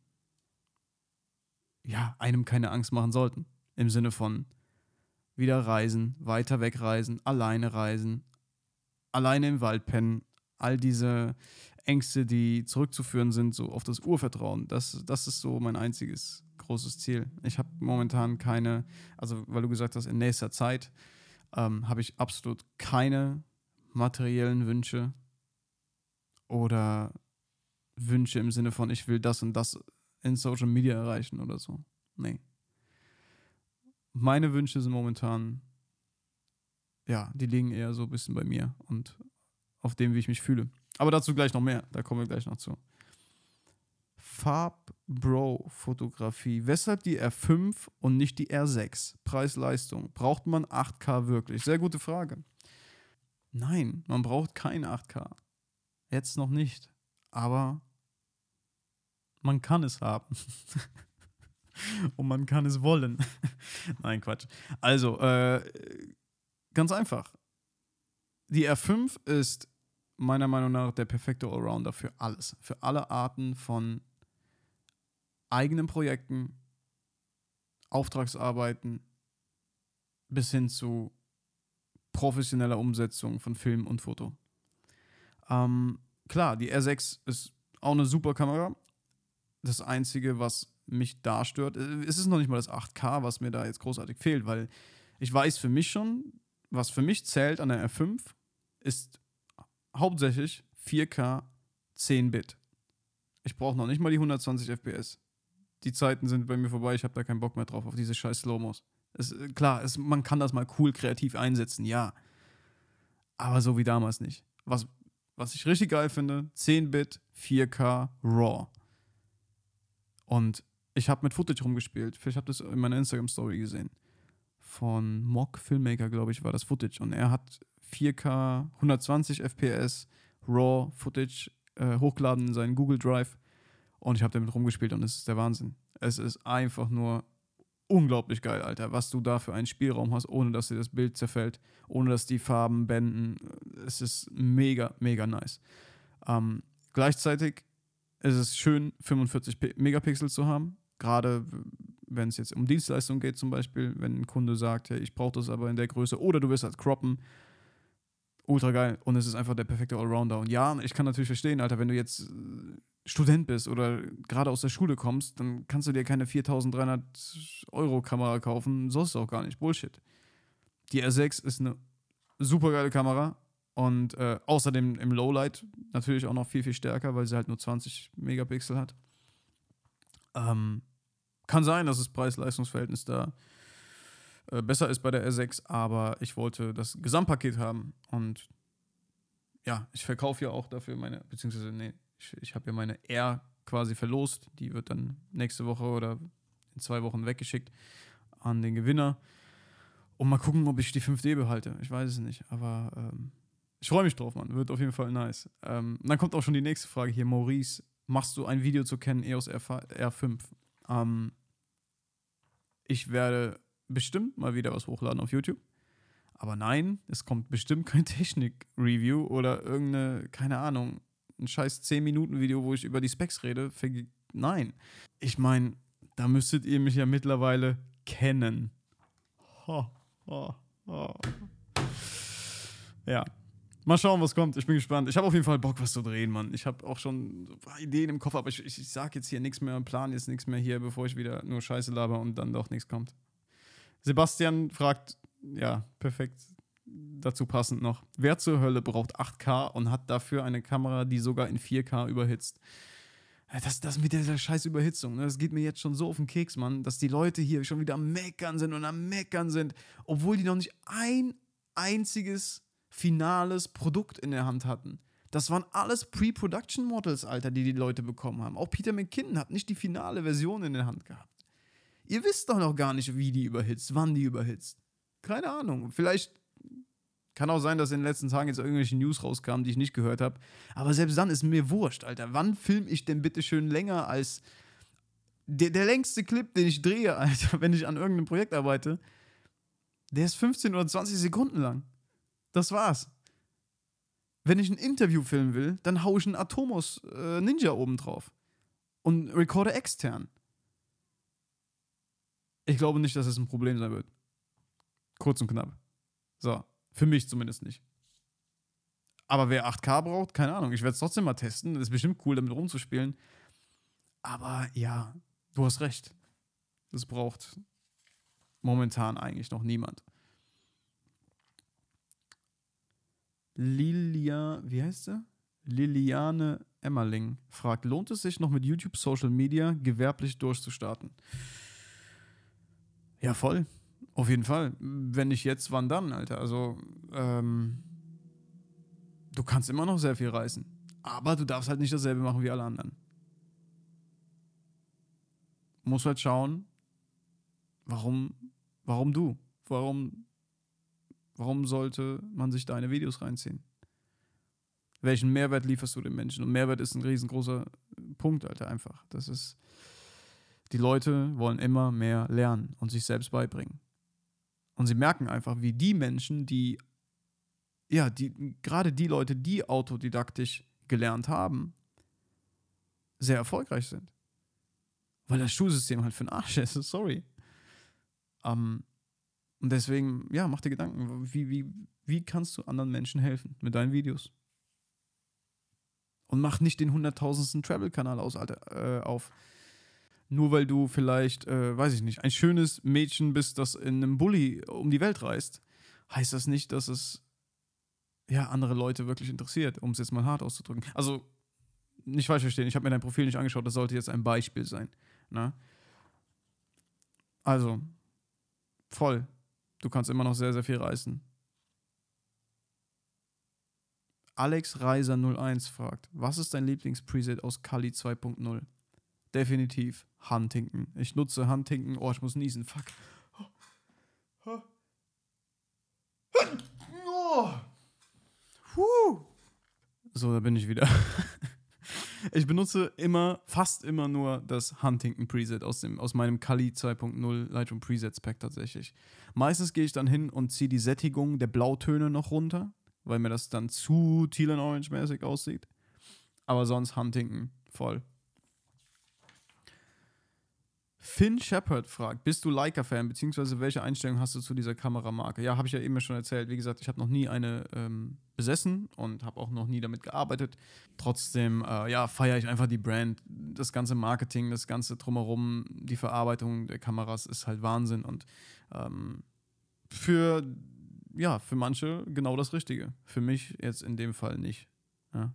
ja einem keine Angst machen sollten. Im Sinne von wieder reisen, weiter wegreisen, alleine im Wald pennen, all diese Ängste, die zurückzuführen sind, so auf das Urvertrauen. Das ist so mein einziges großes Ziel. Ich habe momentan keine, also weil du gesagt hast, in nächster Zeit habe ich absolut keine materiellen Wünsche oder Wünsche im Sinne von, ich will das und das in Social Media erreichen oder so. Nee. Meine Wünsche sind momentan, ja, die liegen eher so ein bisschen bei mir und auf dem, wie ich mich fühle. Aber dazu gleich noch mehr, da kommen wir gleich noch zu. Farbbro-Fotografie. Weshalb die R5 und nicht die R6? Preis-Leistung. Braucht man 8K wirklich? Sehr gute Frage. Nein, man braucht kein 8K. Jetzt noch nicht. Aber man kann es haben. Und man kann es wollen. Nein, Quatsch. Also, ganz einfach. Die R5 ist meiner Meinung nach der perfekte Allrounder für alles. Für alle Arten von eigenen Projekten, Auftragsarbeiten bis hin zu professioneller Umsetzung von Film und Foto. Klar, die R6 ist auch eine super Kamera. Das Einzige, was mich da stört, es ist noch nicht mal das 8K, was mir da jetzt großartig fehlt, weil ich weiß für mich schon, was für mich zählt an der R5, ist hauptsächlich 4K 10-Bit. Ich brauche noch nicht mal die 120 FPS. Die Zeiten sind bei mir vorbei, ich habe da keinen Bock mehr drauf, auf diese scheiß Slow-Mos. Klar, man kann das mal cool kreativ einsetzen, ja. Aber so wie damals nicht. Was ich richtig geil finde, 10-Bit, 4K, RAW. Und ich habe mit Footage rumgespielt. Vielleicht habt ihr es in meiner Instagram-Story gesehen. Von Mock Filmmaker, glaube ich, war das Footage. Und er hat 4K, 120 FPS, RAW Footage hochgeladen in seinen Google Drive. Und ich habe damit rumgespielt und es ist der Wahnsinn. Es ist einfach nur unglaublich geil, Alter, was du da für einen Spielraum hast, ohne dass dir das Bild zerfällt, ohne dass die Farben benden. Es ist mega, mega nice. Gleichzeitig ist es schön, 45 Megapixel zu haben. Gerade wenn es jetzt um Dienstleistungen geht zum Beispiel, wenn ein Kunde sagt, hey, ich brauche das aber in der Größe oder du willst halt croppen. Ultra geil. Und es ist einfach der perfekte Allrounder. Und ja, ich kann natürlich verstehen, Alter, wenn du jetzt Student bist oder gerade aus der Schule kommst, dann kannst du dir keine 4.300 € Kamera kaufen. Sollst du auch gar nicht. Bullshit. Die R6 ist eine super geile Kamera. Und außerdem im Lowlight natürlich auch noch viel, viel stärker, weil sie halt nur 20 Megapixel hat. Kann sein, dass das Preis-Leistungs-Verhältnis da besser ist bei der R6, aber ich wollte das Gesamtpaket haben. Und ja, ich verkaufe ja auch dafür meine, beziehungsweise, nee, ich habe ja meine R quasi verlost. Die wird dann nächste Woche oder in 2 Wochen weggeschickt an den Gewinner. Und mal gucken, ob ich die 5D behalte. Ich weiß es nicht, aber ich freue mich drauf, Mann. Wird auf jeden Fall nice. Dann kommt auch schon die nächste Frage hier. Maurice, machst du ein Video zu Canon EOS R5? Ich werde bestimmt mal wieder was hochladen auf YouTube. Aber nein, es kommt bestimmt kein Technik-Review oder irgendeine, keine Ahnung, ein scheiß 10-Minuten-Video, wo ich über die Specs rede. Nein. Ich meine, da müsstet ihr mich ja mittlerweile kennen. Ho, ho, ho. Ja. Mal schauen, was kommt. Ich bin gespannt. Ich habe auf jeden Fall Bock, was zu drehen, Mann. Ich habe auch schon so ein paar Ideen im Kopf, aber ich sage jetzt hier nichts mehr, plan jetzt nichts mehr hier, bevor ich wieder nur Scheiße laber und dann doch nichts kommt. Sebastian fragt, ja, perfekt, dazu passend noch. Wer zur Hölle braucht 8K und hat dafür eine Kamera, die sogar in 4K überhitzt? Das mit dieser scheiß Überhitzung, ne, das geht mir jetzt schon so auf den Keks, Mann, dass die Leute hier schon wieder am Meckern sind, obwohl die noch nicht ein einziges finales Produkt in der Hand hatten. Das waren alles Pre-Production-Models, Alter, die Leute bekommen haben. Auch Peter McKinnon hat nicht die finale Version in der Hand gehabt. Ihr wisst doch noch gar nicht, wie die überhitzt, wann die überhitzt. Keine Ahnung. Vielleicht kann auch sein, dass in den letzten Tagen jetzt irgendwelche News rauskamen, die ich nicht gehört habe. Aber selbst dann ist mir wurscht, Alter. Wann filme ich denn bitte schön länger als der längste Clip, den ich drehe, Alter, wenn ich an irgendeinem Projekt arbeite? Der ist 15 oder 20 Sekunden lang. Das war's. Wenn ich ein Interview filmen will, dann hau ich einen Atomos Ninja oben drauf. Und recorde extern. Ich glaube nicht, dass es ein Problem sein wird. Kurz und knapp. So, für mich zumindest nicht. Aber wer 8K braucht, keine Ahnung. Ich werde es trotzdem mal testen. Ist bestimmt cool, damit rumzuspielen. Aber ja, du hast recht. Das braucht momentan eigentlich noch niemand. Wie heißt sie? Liliane Emmerling fragt, lohnt es sich noch mit YouTube Social Media gewerblich durchzustarten? Ja, voll. Auf jeden Fall. Wenn nicht jetzt, wann dann, Alter? Also, du kannst immer noch sehr viel reißen. Aber du darfst halt nicht dasselbe machen wie alle anderen. Musst halt schauen, warum du? Warum sollte man sich deine Videos reinziehen? Welchen Mehrwert lieferst du den Menschen? Und Mehrwert ist ein riesengroßer Punkt, Alter, einfach. Das ist, die Leute wollen immer mehr lernen und sich selbst beibringen. Und sie merken einfach, wie die Menschen, gerade die Leute, die autodidaktisch gelernt haben, sehr erfolgreich sind. Weil das Schulsystem halt für den Arsch ist, sorry. Und deswegen, ja, mach dir Gedanken, wie kannst du anderen Menschen helfen mit deinen Videos? Und mach nicht den 100.000. Travel-Kanal auf. Nur weil du vielleicht, weiß ich nicht, ein schönes Mädchen bist, das in einem Bulli um die Welt reist, heißt das nicht, dass es ja andere Leute wirklich interessiert, um es jetzt mal hart auszudrücken. Also, nicht falsch verstehen, ich habe mir dein Profil nicht angeschaut, das sollte jetzt ein Beispiel sein. Ne? Also, voll. Du kannst immer noch sehr, sehr viel reißen. Alex Reiser 01 fragt, was ist dein Lieblingspreset aus Kali 2.0? Definitiv Huntington. Ich nutze Huntington. Oh, ich muss niesen. Fuck. So, da bin ich wieder. Ich benutze fast immer nur das Huntington Preset aus meinem Kali 2.0 Lightroom Presets Pack tatsächlich. Meistens gehe ich dann hin und ziehe die Sättigung der Blautöne noch runter, weil mir das dann zu Teal and Orange mäßig aussieht. Aber sonst Huntington voll. Finn Shepard fragt, bist du Leica-Fan, beziehungsweise welche Einstellung hast du zu dieser Kameramarke? Ja, habe ich ja eben schon erzählt. Wie gesagt, ich habe noch nie eine besessen und habe auch noch nie damit gearbeitet. Trotzdem, feiere ich einfach die Brand. Das ganze Marketing, das ganze Drumherum, die Verarbeitung der Kameras ist halt Wahnsinn und für manche genau das Richtige. Für mich jetzt in dem Fall nicht. Ja.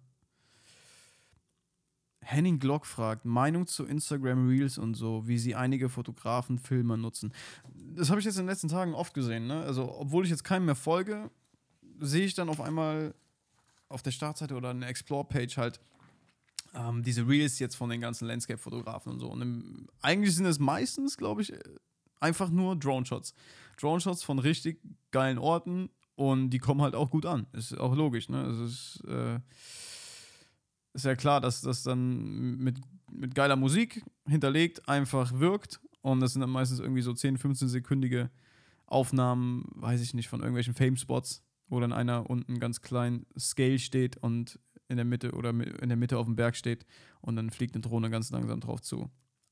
Henning Glock fragt, Meinung zu Instagram Reels und so, wie sie einige Fotografen, Filmer nutzen. Das habe ich jetzt in den letzten Tagen oft gesehen. Ne? Also, obwohl ich jetzt keinem mehr folge, sehe ich dann auf einmal auf der Startseite oder in der Explore-Page halt diese Reels jetzt von den ganzen Landscape-Fotografen und so. Und eigentlich sind es meistens, glaube ich, einfach nur Drone-Shots. Drone-Shots von richtig geilen Orten und die kommen halt auch gut an. Ist auch logisch, ne? Also ist ja klar, dass das dann mit geiler Musik hinterlegt einfach wirkt und das sind dann meistens irgendwie so 10, 15-sekündige Aufnahmen, weiß ich nicht, von irgendwelchen Fame-Spots, wo dann einer unten ganz klein Scale steht und in der Mitte oder in der Mitte auf dem Berg steht und dann fliegt eine Drohne ganz langsam drauf zu.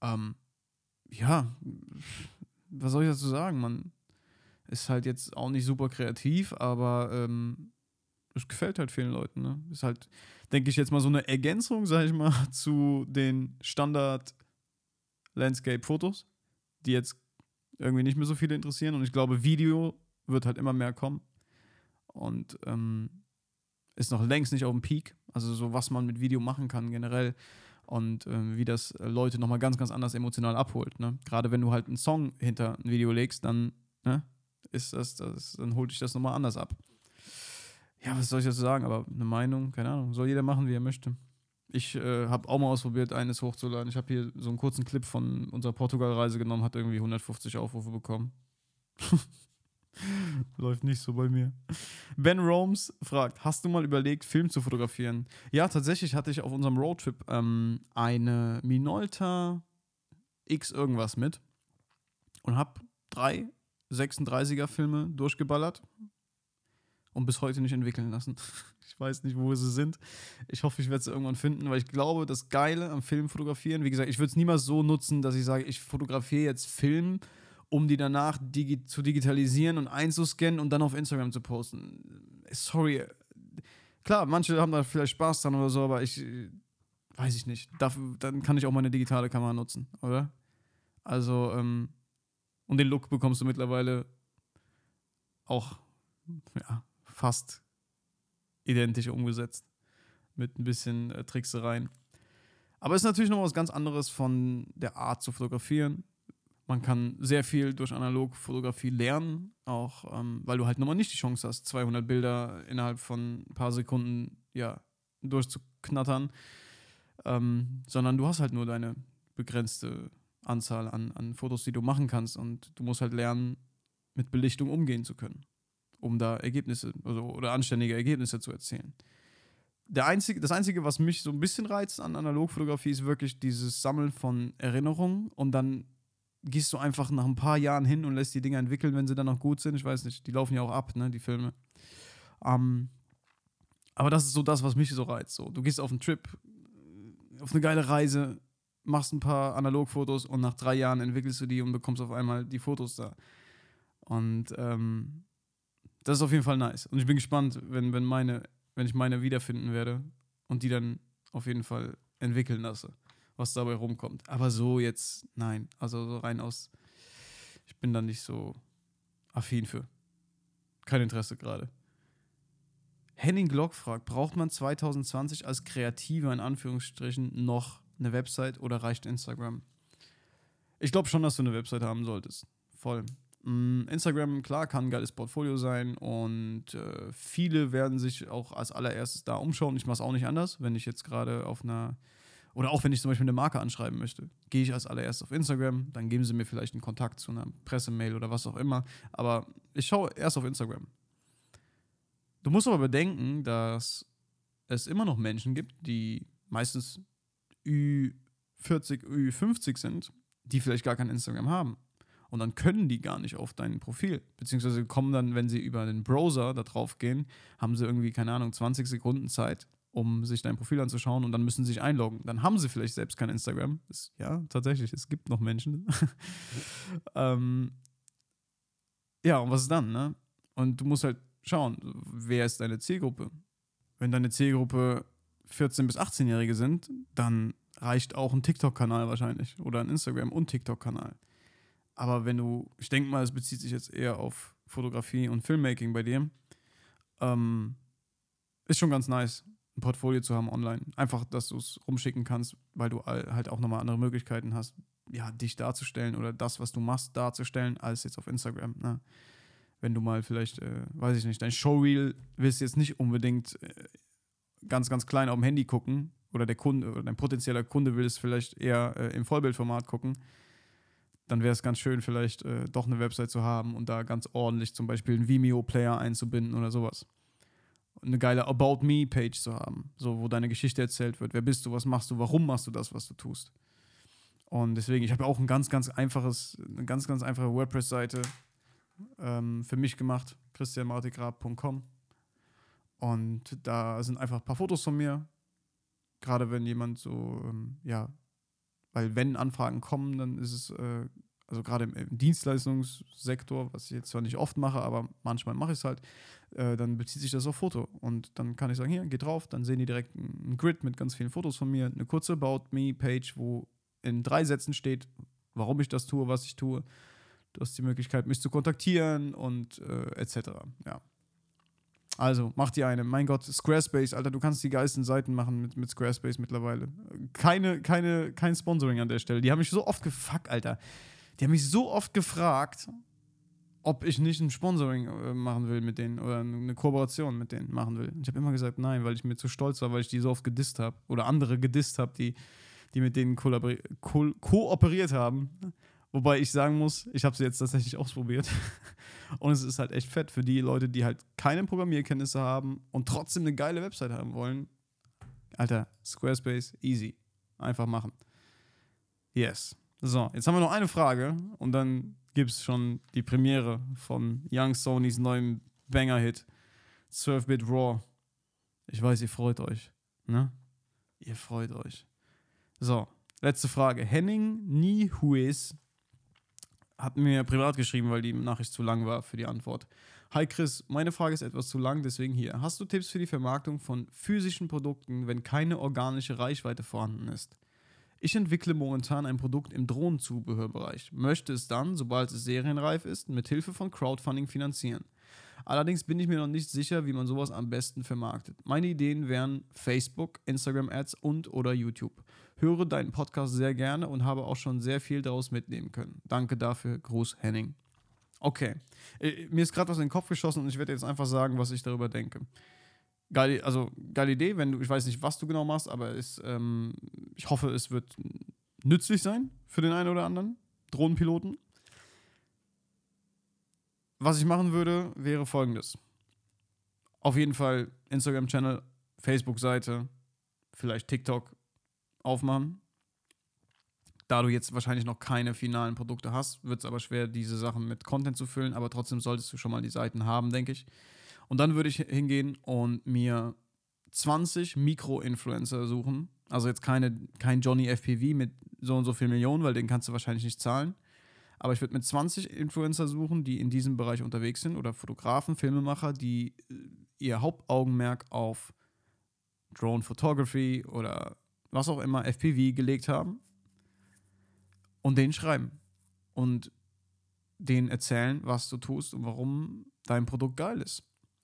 Was soll ich dazu sagen? Man ist halt jetzt auch nicht super kreativ, aber es gefällt halt vielen Leuten. Ne? Ist halt, denke ich, jetzt mal so eine Ergänzung, sag ich mal, zu den Standard-Landscape-Fotos, die jetzt irgendwie nicht mehr so viele interessieren. Und ich glaube, Video wird halt immer mehr kommen. Und ist noch längst nicht auf dem Peak. Also so, was man mit Video machen kann generell. Und wie das Leute nochmal ganz, ganz anders emotional abholt. Ne? Gerade wenn du halt einen Song hinter ein Video legst, dann dann holt dich das nochmal anders ab. Ja, was soll ich dazu sagen? Aber eine Meinung, keine Ahnung, soll jeder machen, wie er möchte. Ich habe auch mal ausprobiert, eines hochzuladen. Ich habe hier so einen kurzen Clip von unserer Portugal-Reise genommen, hat irgendwie 150 Aufrufe bekommen. Läuft nicht so bei mir. Ben Romes fragt, hast du mal überlegt, Film zu fotografieren? Ja, tatsächlich hatte ich auf unserem Roadtrip eine Minolta X irgendwas mit und habe 3 36er Filme durchgeballert und bis heute nicht entwickeln lassen. Ich weiß nicht, wo sie sind. Ich hoffe, ich werde sie irgendwann finden, weil ich glaube, das Geile am Film fotografieren, wie gesagt, ich würde es niemals so nutzen, dass ich sage, ich fotografiere jetzt Film, um die danach zu digitalisieren und einzuscannen und dann auf Instagram zu posten. Sorry. Klar, manche haben da vielleicht Spaß dran oder so, aber weiß ich nicht. Dann kann ich auch meine digitale Kamera nutzen, oder? Also, und den Look bekommst du mittlerweile auch, fast identisch umgesetzt. Mit ein bisschen Tricksereien. Aber es ist natürlich noch was ganz anderes von der Art zu fotografieren. Man kann sehr viel durch Analogfotografie lernen, auch weil du halt nochmal nicht die Chance hast, 200 Bilder innerhalb von ein paar Sekunden durchzuknattern, sondern du hast halt nur deine begrenzte Anzahl an Fotos, die du machen kannst und du musst halt lernen, mit Belichtung umgehen zu können, um da Ergebnisse oder anständige Ergebnisse zu erzielen. Das Einzige, was mich so ein bisschen reizt an Analogfotografie, ist wirklich dieses Sammeln von Erinnerungen und dann gehst du einfach nach ein paar Jahren hin und lässt die Dinger entwickeln, wenn sie dann noch gut sind. Ich weiß nicht, die laufen ja auch ab, ne, die Filme. Aber das ist so das, was mich so reizt. So, du gehst auf einen Trip, auf eine geile Reise, machst ein paar Analogfotos und nach 3 Jahren entwickelst du die und bekommst auf einmal die Fotos da. Und das ist auf jeden Fall nice. Und ich bin gespannt, wenn ich meine wiederfinden werde und die dann auf jeden Fall entwickeln lasse, was dabei rumkommt. Aber so jetzt, nein. Also so rein aus, ich bin da nicht so affin für. Kein Interesse gerade. Henning Glock fragt, braucht man 2020 als Kreativer in Anführungsstrichen noch eine Website oder reicht Instagram? Ich glaube schon, dass du eine Website haben solltest. Voll. Instagram, klar, kann ein geiles Portfolio sein und viele werden sich auch als allererstes da umschauen. Ich mache es auch nicht anders, wenn ich jetzt gerade oder auch wenn ich zum Beispiel eine Marke anschreiben möchte, gehe ich als allererstes auf Instagram, dann geben sie mir vielleicht einen Kontakt zu einer Pressemail oder was auch immer, aber ich schaue erst auf Instagram. Du musst aber bedenken, dass es immer noch Menschen gibt, die meistens Ü40, Ü50 sind, die vielleicht gar kein Instagram haben. Und dann können die gar nicht auf dein Profil. Beziehungsweise kommen dann, wenn sie über den Browser da drauf gehen, haben sie irgendwie, keine Ahnung, 20 Sekunden Zeit, um sich dein Profil anzuschauen und dann müssen sie sich einloggen. Dann haben sie vielleicht selbst kein Instagram. Ja, tatsächlich, es gibt noch Menschen. Ja, und was ist dann, ne? Und du musst halt schauen, wer ist deine Zielgruppe. Wenn deine Zielgruppe 14- bis 18-Jährige sind, dann reicht auch ein TikTok-Kanal wahrscheinlich oder ein Instagram- und TikTok-Kanal. Aber ich denke mal, es bezieht sich jetzt eher auf Fotografie und Filmmaking bei dir, ist schon ganz nice, ein Portfolio zu haben online. Einfach, dass du es rumschicken kannst, weil du halt auch nochmal andere Möglichkeiten hast, ja, dich darzustellen oder das, was du machst, darzustellen, als jetzt auf Instagram. Ne? Wenn du mal vielleicht, weiß ich nicht, dein Showreel willst du jetzt nicht unbedingt ganz, ganz klein auf dem Handy gucken oder der Kunde oder dein potenzieller Kunde will es vielleicht eher im Vollbildformat gucken, dann wäre es ganz schön, vielleicht doch eine Website zu haben und da ganz ordentlich zum Beispiel einen Vimeo-Player einzubinden oder sowas. Eine geile About Me-Page zu haben, so wo deine Geschichte erzählt wird. Wer bist du, was machst du, warum machst du das, was du tust. Und deswegen, ich habe auch eine ganz, ganz einfache WordPress-Seite für mich gemacht, christianmartigrab.com. Und da sind einfach ein paar Fotos von mir. Gerade wenn jemand so, weil wenn Anfragen kommen, dann ist es, also gerade im Dienstleistungssektor, was ich jetzt zwar nicht oft mache, aber manchmal mache ich es halt, dann bezieht sich das auf Foto. Und dann kann ich sagen, hier, geht drauf, dann sehen die direkt ein Grid mit ganz vielen Fotos von mir, eine kurze About Me-Page, wo in 3 Sätzen steht, warum ich das tue, was ich tue. Du hast die Möglichkeit, mich zu kontaktieren und etc. Ja. Also, mach dir eine. Mein Gott, Squarespace, Alter, du kannst die geilsten Seiten machen mit Squarespace mittlerweile. Kein Sponsoring an der Stelle. Die haben mich so oft Alter. Die haben mich so oft gefragt, ob ich nicht ein Sponsoring machen will mit denen oder eine Kooperation mit denen machen will. Und ich habe immer gesagt, nein, weil ich mir zu stolz war, weil ich die so oft gedisst habe oder andere gedisst habe, die mit denen kooperiert haben. Wobei ich sagen muss, ich habe sie jetzt tatsächlich ausprobiert. Und es ist halt echt fett für die Leute, die halt keine Programmierkenntnisse haben und trotzdem eine geile Website haben wollen. Alter, Squarespace, easy. Einfach machen. Yes. So, jetzt haben wir noch eine Frage und dann gibt es schon die Premiere von Young Sonys neuem Banger-Hit 12-Bit Raw. Ich weiß, ihr freut euch. Ne? Ihr freut euch. So, letzte Frage. Henning Niehues hat mir privat geschrieben, weil die Nachricht zu lang war für die Antwort. Hi Chris, meine Frage ist etwas zu lang, deswegen hier. Hast du Tipps für die Vermarktung von physischen Produkten, wenn keine organische Reichweite vorhanden ist? Ich entwickle momentan ein Produkt im Drohnenzubehörbereich, möchte es dann, sobald es serienreif ist, mit Hilfe von Crowdfunding finanzieren. Allerdings bin ich mir noch nicht sicher, wie man sowas am besten vermarktet. Meine Ideen wären Facebook, Instagram-Ads und oder YouTube. Höre deinen Podcast sehr gerne und habe auch schon sehr viel daraus mitnehmen können. Danke dafür, Gruß Henning. Okay, mir ist gerade was in den Kopf geschossen und ich werde jetzt einfach sagen, was ich darüber denke. Geile Idee, ich weiß nicht, was du genau machst, aber ich hoffe, es wird nützlich sein für den einen oder anderen Drohnenpiloten. Was ich machen würde, wäre folgendes. Auf jeden Fall Instagram-Channel, Facebook-Seite, vielleicht TikTok aufmachen. Da du jetzt wahrscheinlich noch keine finalen Produkte hast, wird es aber schwer, diese Sachen mit Content zu füllen, aber trotzdem solltest du schon mal die Seiten haben, denke ich. Und dann würde ich hingehen und mir 20 Mikro-Influencer suchen. Also jetzt kein Johnny FPV mit so und so viel Millionen, weil den kannst du wahrscheinlich nicht zahlen. Aber ich würde mit 20 Influencer suchen, die in diesem Bereich unterwegs sind oder Fotografen, Filmemacher, die ihr Hauptaugenmerk auf Drone Photography oder was auch immer, FPV gelegt haben und denen schreiben und denen erzählen, was du tust und warum dein Produkt geil ist.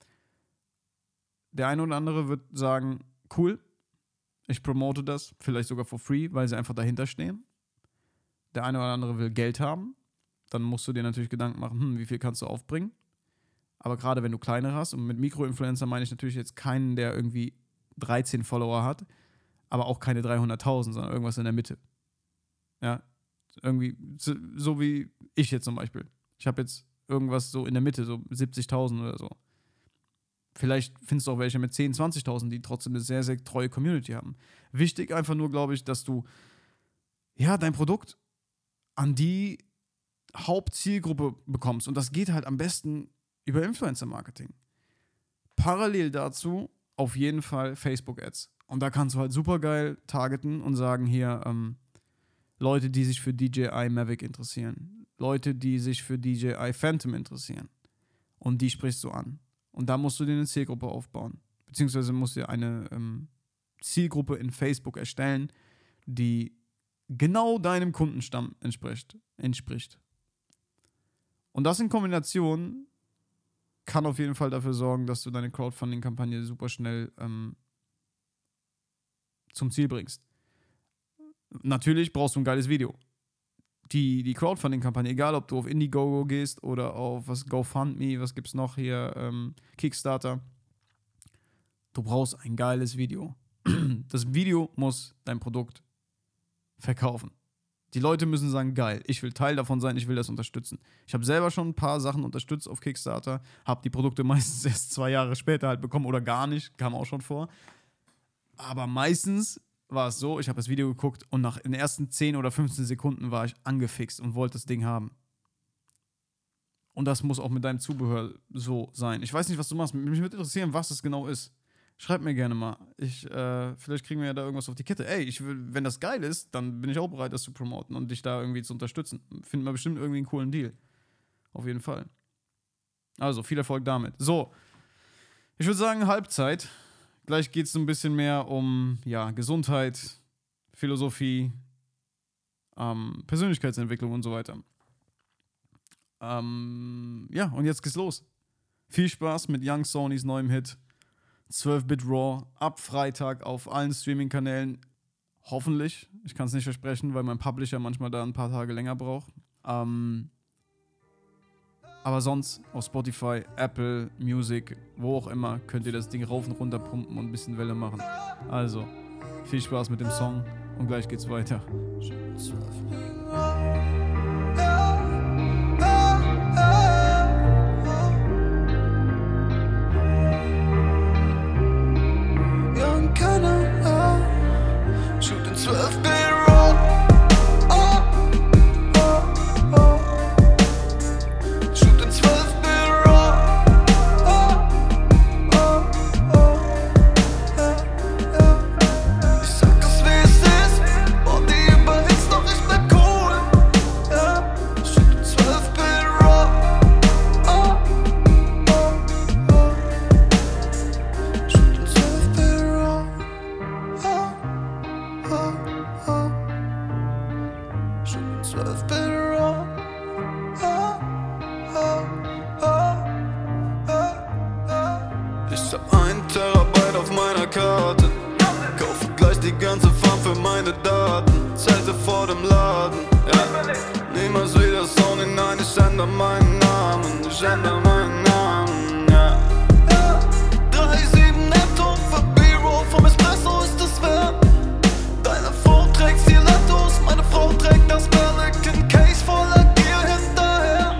Der eine oder andere wird sagen, cool, ich promote das, vielleicht sogar for free, weil sie einfach dahinter stehen. Der eine oder andere will Geld haben. Dann musst du dir natürlich Gedanken machen, wie viel kannst du aufbringen. Aber gerade wenn du kleinere hast, und mit Mikroinfluencer meine ich natürlich jetzt keinen, der irgendwie 13 Follower hat, aber auch keine 300.000, sondern irgendwas in der Mitte. Ja, irgendwie so wie ich jetzt zum Beispiel. Ich habe jetzt irgendwas so in der Mitte, so 70.000 oder so. Vielleicht findest du auch welche mit 10.000, 20.000, die trotzdem eine sehr, sehr treue Community haben. Wichtig einfach nur, glaube ich, dass du dein Produkt an die Hauptzielgruppe bekommst. Und das geht halt am besten über Influencer-Marketing. Parallel dazu auf jeden Fall Facebook-Ads. Und da kannst du halt super geil targeten und sagen, hier, Leute, die sich für DJI Mavic interessieren. Leute, die sich für DJI Phantom interessieren. Und die sprichst du an. Und da musst du dir eine Zielgruppe aufbauen. Beziehungsweise musst du dir eine Zielgruppe in Facebook erstellen, die genau deinem Kundenstamm entspricht. Und das in Kombination kann auf jeden Fall dafür sorgen, dass du deine Crowdfunding-Kampagne super schnell zum Ziel bringst. Natürlich brauchst du ein geiles Video. Die Crowdfunding-Kampagne, egal ob du auf Indiegogo gehst oder auf GoFundMe, was gibt's noch hier, Kickstarter, du brauchst ein geiles Video. Das Video muss dein Produkt verkaufen. Die Leute müssen sagen, geil, ich will Teil davon sein, ich will das unterstützen. Ich habe selber schon ein paar Sachen unterstützt auf Kickstarter, habe die Produkte meistens erst 2 Jahre später halt bekommen oder gar nicht, kam auch schon vor. Aber meistens war es so, ich habe das Video geguckt und nach den ersten 10 oder 15 Sekunden war ich angefixt und wollte das Ding haben. Und das muss auch mit deinem Zubehör so sein. Ich weiß nicht, was du machst. Mich würde interessieren, was das genau ist. Schreib mir gerne mal. Vielleicht kriegen wir ja da irgendwas auf die Kette. Ey, wenn das geil ist, dann bin ich auch bereit, das zu promoten und dich da irgendwie zu unterstützen. Finden wir bestimmt irgendwie einen coolen Deal. Auf jeden Fall. Also, viel Erfolg damit. So, ich würde sagen, Halbzeit. Gleich geht es so ein bisschen mehr um Gesundheit, Philosophie, Persönlichkeitsentwicklung und so weiter. Und jetzt geht's los. Viel Spaß mit Young Sonys neuem Hit 12-Bit Raw ab Freitag auf allen Streaming-Kanälen. Hoffentlich. Ich kann es nicht versprechen, weil mein Publisher manchmal da ein paar Tage länger braucht. Aber sonst auf Spotify, Apple Music, wo auch immer, könnt ihr das Ding rauf und runter pumpen und ein bisschen Welle machen. Also, viel Spaß mit dem Song und gleich geht's weiter. Ich hab 1 Terabyte auf meiner Karte, kaufe gleich die ganze Farm für meine Daten. Zelte vor dem Laden, ja. Niemals wieder Sony, nein, ich ändere meinen Namen, ja. 3,7 netto für B-Roll, vom Espresso ist es wert. Deine Frau trägt Stilettos, meine Frau trägt das Pelican Case voller Gear hinterher.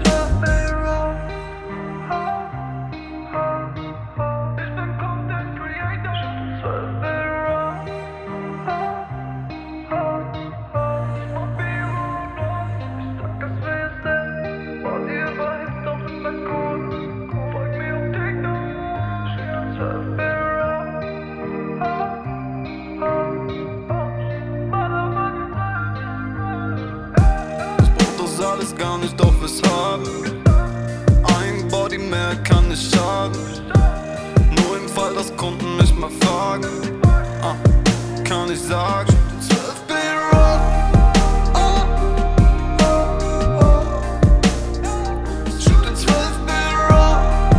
Alles gar nicht, doch weshalb? Ein Body mehr kann nicht schaden. Nur im Fall, dass Kunden mich mal fragen, kann ich sagen 12-Bit Raw. Shoot den 12-Bit Raw.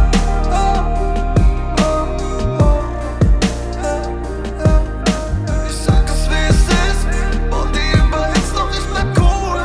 Ich sag es wie es ist, Body überhitzt, doch ich bleib cool.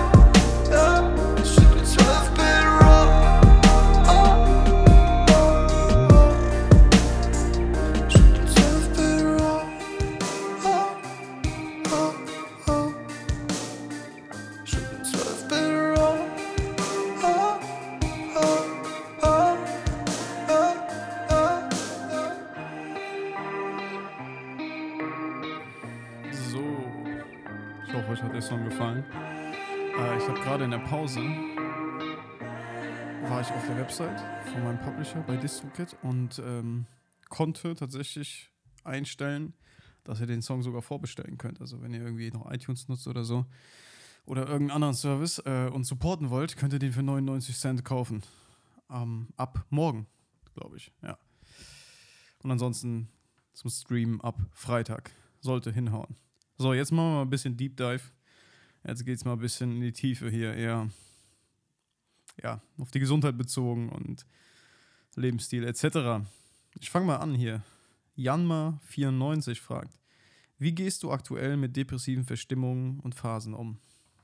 So, ich hoffe, euch hat der Song gefallen. Ich habe gerade in der Pause war ich auf der Website von meinem Publisher bei DistroKid und konnte tatsächlich einstellen, dass ihr den Song sogar vorbestellen könnt. Also wenn ihr irgendwie noch iTunes nutzt oder so oder irgendeinen anderen Service und supporten wollt, könnt ihr den für 99 Cent kaufen. Ab morgen glaube ich. Ja. Und ansonsten zum Stream ab Freitag. Sollte hinhauen. So, jetzt machen wir mal ein bisschen Deep Dive. Jetzt geht es mal ein bisschen in die Tiefe hier, eher ja, auf die Gesundheit bezogen und Lebensstil etc. Ich fange mal an hier. Janma94 fragt, wie gehst du aktuell mit depressiven Verstimmungen und Phasen um?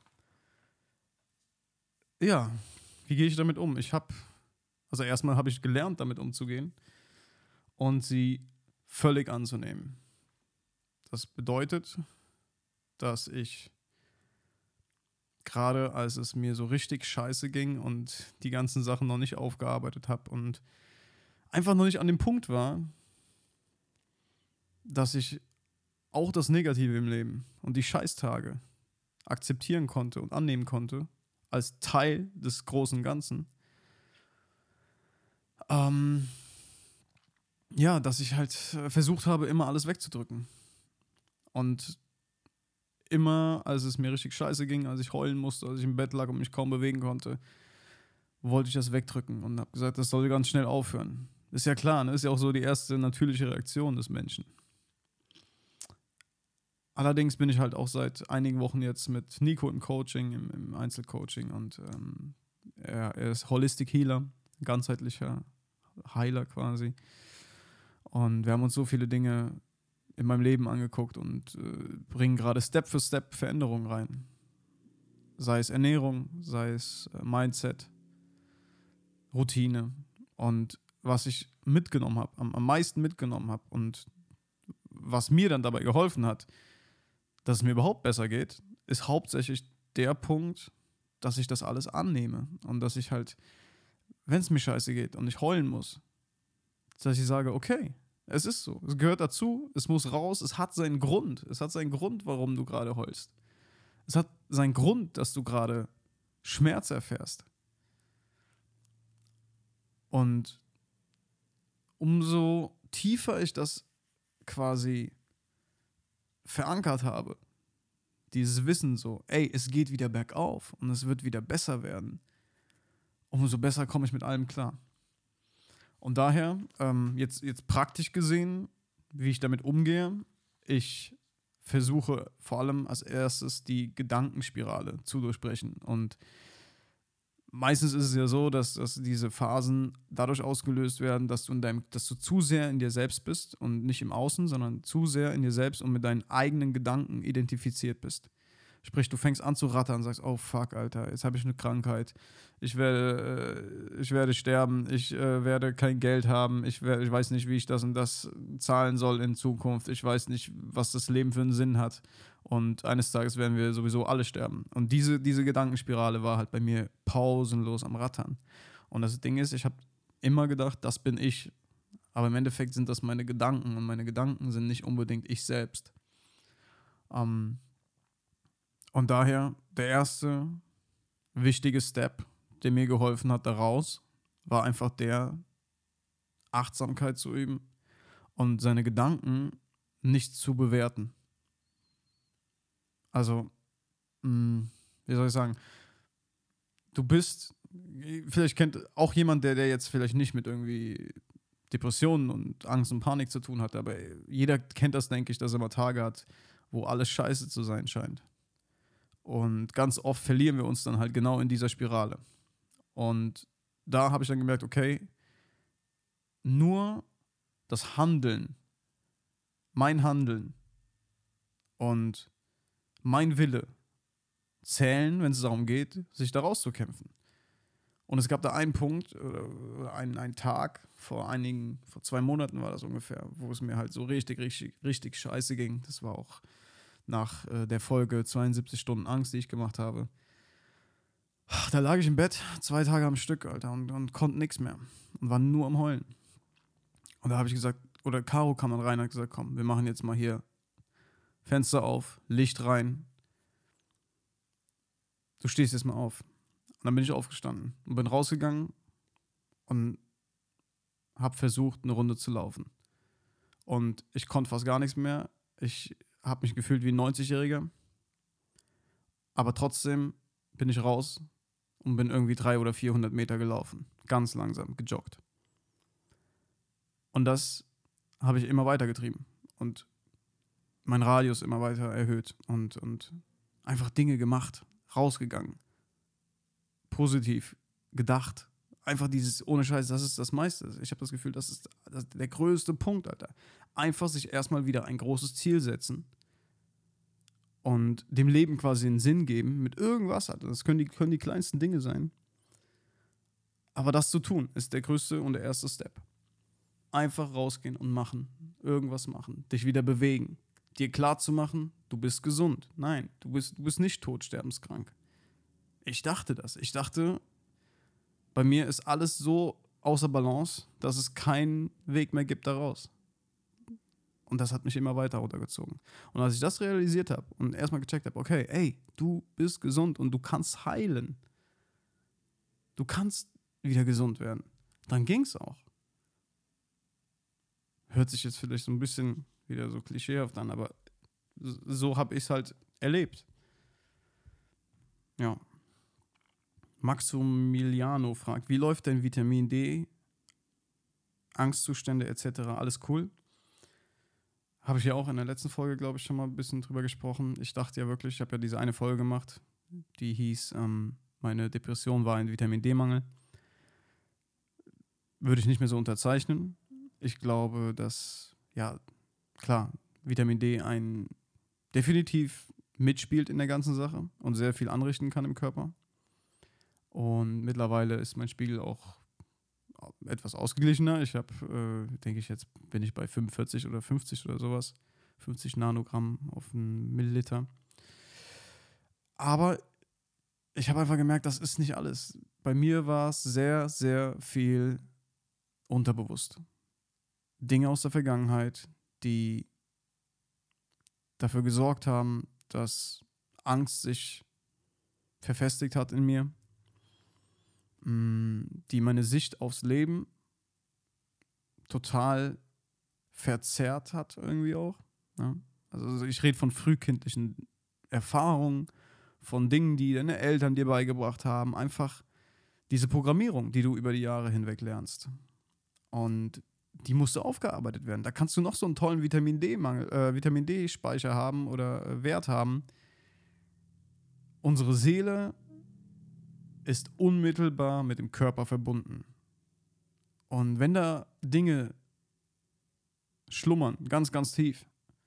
Ja, wie gehe ich damit um? Also erstmal habe ich gelernt, damit umzugehen und sie völlig anzunehmen. Das bedeutet, dass ich gerade als es mir so richtig scheiße ging und die ganzen Sachen noch nicht aufgearbeitet habe und einfach noch nicht an dem Punkt war, dass ich auch das Negative im Leben und die Scheißtage akzeptieren konnte und annehmen konnte als Teil des großen Ganzen. Ja, dass ich halt versucht habe, immer alles wegzudrücken. Und immer, als es mir richtig scheiße ging, als ich heulen musste, als ich im Bett lag und mich kaum bewegen konnte, wollte ich das wegdrücken und habe gesagt, das soll ganz schnell aufhören. Ist ja klar, ne? Ist ja auch so die erste natürliche Reaktion des Menschen. Allerdings bin ich halt auch seit einigen Wochen jetzt mit Nico im Coaching, im Einzelcoaching und er ist Holistic Healer, ganzheitlicher Heiler quasi. Und wir haben uns so viele Dinge in meinem Leben angeguckt und bringen gerade Step für Step Veränderungen rein. Sei es Ernährung, sei es Mindset, Routine. Und was ich mitgenommen habe, am meisten mitgenommen habe und was mir dann dabei geholfen hat, dass es mir überhaupt besser geht, ist hauptsächlich der Punkt, dass ich das alles annehme und dass ich halt, wenn es mir scheiße geht und ich heulen muss, dass ich sage, okay, es ist so, es gehört dazu, es muss raus, es hat seinen Grund. Es hat seinen Grund, warum du gerade heulst. Es hat seinen Grund, dass du gerade Schmerz erfährst. Und umso tiefer ich das quasi verankert habe, dieses Wissen so, ey, es geht wieder bergauf und es wird wieder besser werden, umso besser komme ich mit allem klar. Und daher, jetzt praktisch gesehen, wie ich damit umgehe, ich versuche vor allem als erstes die Gedankenspirale zu durchbrechen. Und meistens ist es ja so, dass diese Phasen dadurch ausgelöst werden, dass du zu sehr in dir selbst bist und nicht im Außen, sondern zu sehr in dir selbst und mit deinen eigenen Gedanken identifiziert bist. Sprich, du fängst an zu rattern und sagst, oh fuck, Alter, jetzt habe ich eine Krankheit, ich werde sterben, ich werde kein Geld haben, ich weiß nicht, wie ich das und das zahlen soll in Zukunft, ich weiß nicht, was das Leben für einen Sinn hat und eines Tages werden wir sowieso alle sterben. Und diese Gedankenspirale war halt bei mir pausenlos am Rattern. Und das Ding ist, ich habe immer gedacht, das bin ich, aber im Endeffekt sind das meine Gedanken und meine Gedanken sind nicht unbedingt ich selbst. Und daher der erste wichtige Step, der mir geholfen hat daraus, war einfach der, Achtsamkeit zu üben und seine Gedanken nicht zu bewerten. Also, wie soll ich sagen, du bist, vielleicht kennt auch jemand, der jetzt vielleicht nicht mit irgendwie Depressionen und Angst und Panik zu tun hat, aber jeder kennt das, denke ich, dass er mal Tage hat, wo alles scheiße zu sein scheint. Und ganz oft verlieren wir uns dann halt genau in dieser Spirale. Und da habe ich dann gemerkt, okay, nur das Handeln, mein Handeln und mein Wille zählen, wenn es darum geht, sich da rauszukämpfen. Und es gab da einen Punkt, einen Tag, vor 2 Monaten war das ungefähr, wo es mir halt so richtig scheiße ging. Das war auch nach der Folge 72 Stunden Angst, die ich gemacht habe. Da lag ich im Bett 2 Tage am Stück, Alter, und konnte nichts mehr. Und war nur am Heulen. Und da habe ich gesagt, oder Caro kam dann rein und hat gesagt, komm, wir machen jetzt mal hier Fenster auf, Licht rein. Du stehst jetzt mal auf. Und dann bin ich aufgestanden und bin rausgegangen und habe versucht, eine Runde zu laufen. Und ich konnte fast gar nichts mehr. Ich habe mich gefühlt wie ein 90-Jähriger. Aber trotzdem bin ich raus und bin irgendwie 300 oder 400 Meter gelaufen. Ganz langsam, gejoggt. Und das habe ich immer weitergetrieben und mein Radius immer weiter erhöht und einfach Dinge gemacht, rausgegangen, positiv gedacht. Einfach dieses, ohne Scheiß, das ist das meiste. Ich habe das Gefühl, das ist der größte Punkt, Alter. Einfach sich erstmal wieder ein großes Ziel setzen und dem Leben quasi einen Sinn geben mit irgendwas, Alter. Das können die kleinsten Dinge sein. Aber das zu tun, ist der größte und der erste Step. Einfach rausgehen und machen. Irgendwas machen. Dich wieder bewegen. Dir klar zu machen, du bist gesund. Nein, du bist nicht todsterbenskrank. Ich dachte das. Ich dachte, bei mir ist alles so außer Balance, dass es keinen Weg mehr gibt daraus. Und das hat mich immer weiter runtergezogen. Und als ich das realisiert habe und erstmal gecheckt habe, okay, ey, du bist gesund und du kannst heilen. Du kannst wieder gesund werden. Dann ging's auch. Hört sich jetzt vielleicht so ein bisschen wieder so klischeehaft an, aber so habe ich es halt erlebt. Ja. Maximiliano fragt, wie läuft denn Vitamin D, Angstzustände etc., alles cool? Habe ich ja auch in der letzten Folge, glaube ich, schon mal ein bisschen drüber gesprochen. Ich dachte ja wirklich, ich habe ja diese eine Folge gemacht, die hieß, meine Depression war ein Vitamin D-Mangel. Würde ich nicht mehr so unterzeichnen. Ich glaube, dass, ja, klar, Vitamin D definitiv mitspielt in der ganzen Sache und sehr viel anrichten kann im Körper. Und mittlerweile ist mein Spiegel auch etwas ausgeglichener. Ich habe, denke ich, jetzt bin ich bei 45 oder 50 oder sowas. 50 Nanogramm auf einen Milliliter. Aber ich habe einfach gemerkt, das ist nicht alles. Bei mir war es sehr, sehr viel unterbewusst. Dinge aus der Vergangenheit, die dafür gesorgt haben, dass Angst sich verfestigt hat in mir, die meine Sicht aufs Leben total verzerrt hat irgendwie auch. Ja? Also ich rede von frühkindlichen Erfahrungen, von Dingen, die deine Eltern dir beigebracht haben, einfach diese Programmierung, die du über die Jahre hinweg lernst. Und die musste aufgearbeitet werden. Da kannst du noch so einen tollen Vitamin D-Speicher haben oder Wert haben. Unsere Seele ist unmittelbar mit dem Körper verbunden. Und wenn da Dinge schlummern, ganz, ganz tief,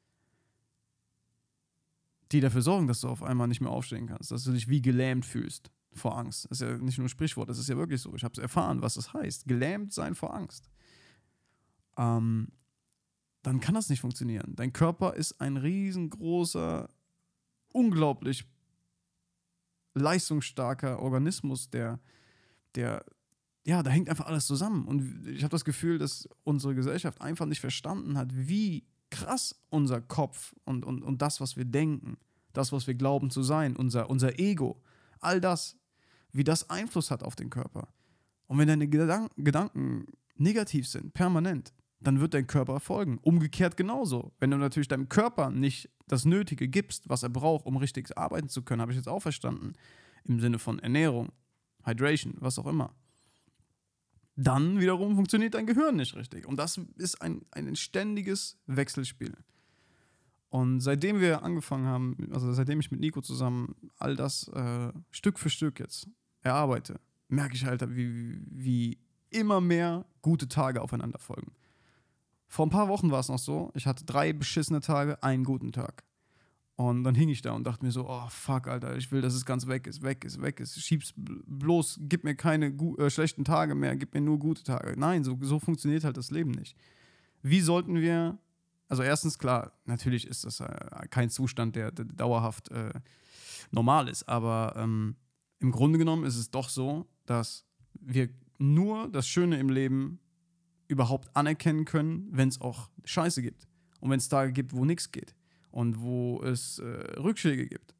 die dafür sorgen, dass du auf einmal nicht mehr aufstehen kannst, dass du dich wie gelähmt fühlst vor Angst. Das ist ja nicht nur ein Sprichwort, das ist ja wirklich so. Ich habe es erfahren, was das heißt. Gelähmt sein vor Angst. Dann kann das nicht funktionieren. Dein Körper ist ein riesengroßer, unglaublich leistungsstarker Organismus, da hängt einfach alles zusammen. Und ich habe das Gefühl, dass unsere Gesellschaft einfach nicht verstanden hat, wie krass unser Kopf und das, was wir denken, das, was wir glauben zu sein, unser Ego, all das, wie das Einfluss hat auf den Körper. Und wenn deine Gedanken negativ sind, permanent, dann wird dein Körper folgen. Umgekehrt genauso. Wenn du natürlich deinem Körper nicht das Nötige gibst, was er braucht, um richtig arbeiten zu können, habe ich jetzt auch verstanden, im Sinne von Ernährung, Hydration, was auch immer, dann wiederum funktioniert dein Gehirn nicht richtig. Und das ist ein ständiges Wechselspiel. Und seitdem wir angefangen haben, also seitdem ich mit Nico zusammen all das Stück für Stück jetzt erarbeite, merke ich halt, wie immer mehr gute Tage aufeinander folgen. Vor ein paar Wochen war es noch so, ich hatte 3 beschissene Tage, einen guten Tag. Und dann hing ich da und dachte mir so, oh fuck, Alter, ich will, dass es ganz weg ist. Schieb's bloß, gib mir keine schlechten Tage mehr, gib mir nur gute Tage. Nein, so funktioniert halt das Leben nicht. Wie sollten wir, also erstens klar, natürlich ist das kein Zustand, der dauerhaft normal ist, aber im Grunde genommen ist es doch so, dass wir nur das Schöne im Leben überhaupt anerkennen können, wenn es auch Scheiße gibt. Und wenn es Tage gibt, wo nichts geht. Und wo es Rückschläge gibt.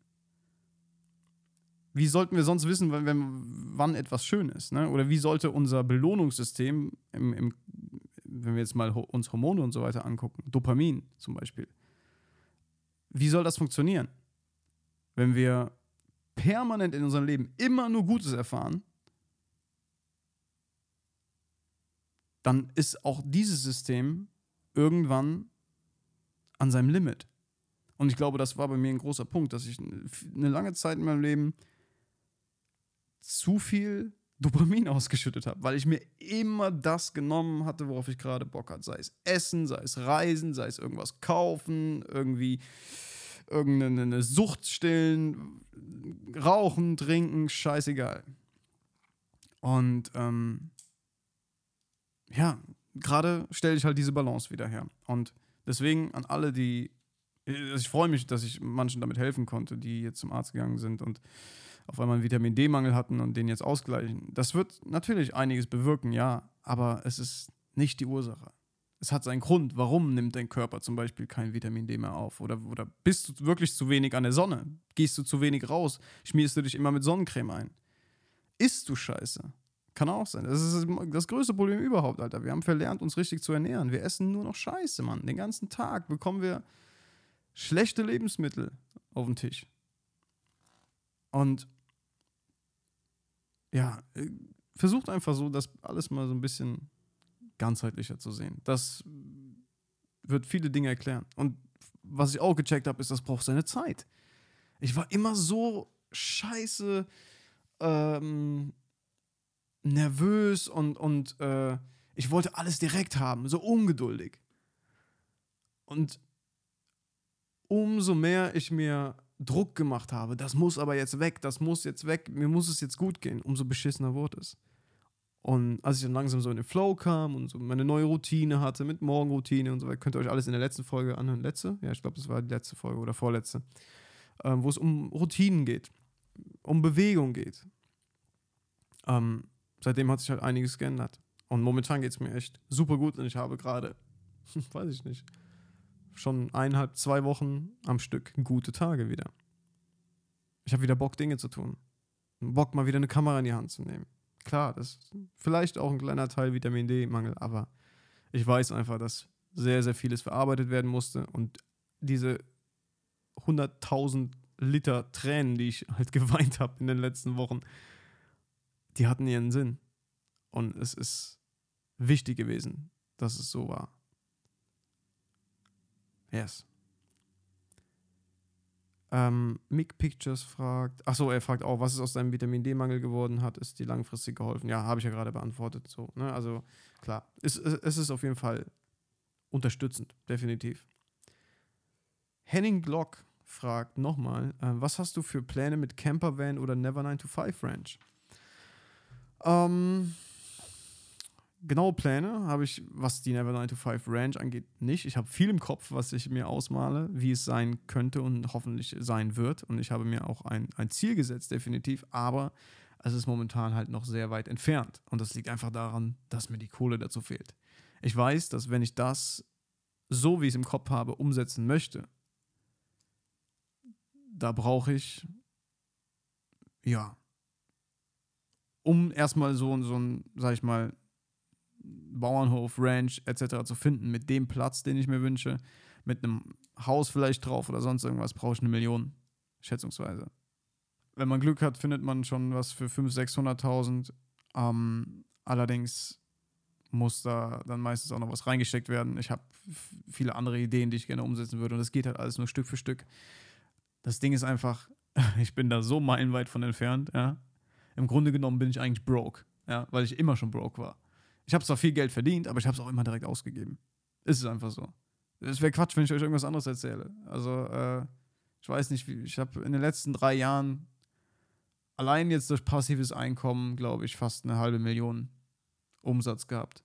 Wie sollten wir sonst wissen, wann etwas schön ist? Ne? Oder wie sollte unser Belohnungssystem, wenn wir jetzt mal uns Hormone und so weiter angucken, Dopamin zum Beispiel, wie soll das funktionieren? Wenn wir permanent in unserem Leben immer nur Gutes erfahren, dann ist auch dieses System irgendwann an seinem Limit. Und ich glaube, das war bei mir ein großer Punkt, dass ich eine lange Zeit in meinem Leben zu viel Dopamin ausgeschüttet habe, weil ich mir immer das genommen hatte, worauf ich gerade Bock hatte. Sei es Essen, sei es Reisen, sei es irgendwas kaufen, irgendwie irgendeine Sucht stillen, rauchen, trinken, scheißegal. Und gerade stelle ich halt diese Balance wieder her. Und deswegen an alle, ich freue mich, dass ich manchen damit helfen konnte, die jetzt zum Arzt gegangen sind und auf einmal einen Vitamin-D-Mangel hatten und den jetzt ausgleichen. Das wird natürlich einiges bewirken, ja, aber es ist nicht die Ursache. Es hat seinen Grund, warum nimmt dein Körper zum Beispiel kein Vitamin D mehr auf? Oder bist du wirklich zu wenig an der Sonne? Gehst du zu wenig raus? Schmierst du dich immer mit Sonnencreme ein? Isst du Scheiße? Kann auch sein. Das ist das größte Problem überhaupt, Alter. Wir haben verlernt, uns richtig zu ernähren. Wir essen nur noch Scheiße, Mann. Den ganzen Tag bekommen wir schlechte Lebensmittel auf den Tisch. Und ja, versucht einfach so, das alles mal so ein bisschen ganzheitlicher zu sehen. Das wird viele Dinge erklären. Und was ich auch gecheckt habe, ist, das braucht seine Zeit. Ich war immer so scheiße nervös und ich wollte alles direkt haben, so ungeduldig. Und umso mehr ich mir Druck gemacht habe, das muss aber jetzt weg, das muss jetzt weg, mir muss es jetzt gut gehen, umso beschissener wurde es. Und als ich dann langsam so in den Flow kam und so meine neue Routine hatte, mit Morgenroutine und so weiter, könnt ihr euch alles in der letzten Folge anhören. Letzte? Ja, ich glaube, das war die letzte Folge oder vorletzte. Wo es um Routinen geht, um Bewegung geht. Seitdem hat sich halt einiges geändert. Und momentan geht es mir echt super gut und ich habe gerade, weiß ich nicht, schon 1,5, 2 Wochen am Stück gute Tage wieder. Ich habe wieder Bock, Dinge zu tun. Bock, mal wieder eine Kamera in die Hand zu nehmen. Klar, das ist vielleicht auch ein kleiner Teil Vitamin D-Mangel, aber ich weiß einfach, dass sehr, sehr vieles verarbeitet werden musste und diese 100.000 Liter Tränen, die ich halt geweint habe in den letzten Wochen, die hatten ihren Sinn. Und es ist wichtig gewesen, dass es so war. Yes. Mick Pictures fragt, er fragt auch, was es aus seinem Vitamin D-Mangel geworden hat, ist die langfristig geholfen. Ja, habe ich ja gerade beantwortet. So, ne? Also klar, es ist auf jeden Fall unterstützend, definitiv. Henning Glock fragt nochmal, was hast du für Pläne mit Campervan oder Never 9-to-5 Ranch? Genaue Pläne habe ich, was die Never 9-to-5 Ranch angeht, nicht. Ich habe viel im Kopf, was ich mir ausmale, wie es sein könnte und hoffentlich sein wird. Und ich habe mir auch ein Ziel gesetzt, definitiv. Aber es ist momentan halt noch sehr weit entfernt. Und das liegt einfach daran, dass mir die Kohle dazu fehlt. Ich weiß, dass wenn ich das so, wie ich es im Kopf habe, umsetzen möchte, da brauche ich, um erstmal so ein, sag ich mal, Bauernhof, Ranch etc. zu finden, mit dem Platz, den ich mir wünsche, mit einem Haus vielleicht drauf oder sonst irgendwas, brauche ich 1 Million, schätzungsweise. Wenn man Glück hat, findet man schon was für 500.000, 600.000. Allerdings muss da dann meistens auch noch was reingesteckt werden. Ich habe viele andere Ideen, die ich gerne umsetzen würde und das geht halt alles nur Stück für Stück. Das Ding ist einfach, ich bin da so meilenweit von entfernt, ja. Im Grunde genommen bin ich eigentlich broke, ja, weil ich immer schon broke war. Ich habe zwar viel Geld verdient, aber ich habe es auch immer direkt ausgegeben. Ist es einfach so. Es wäre Quatsch, wenn ich euch irgendwas anderes erzähle. Also, ich weiß nicht, ich habe in den letzten 3 Jahren allein jetzt durch passives Einkommen, glaube ich, fast 500.000 Umsatz gehabt.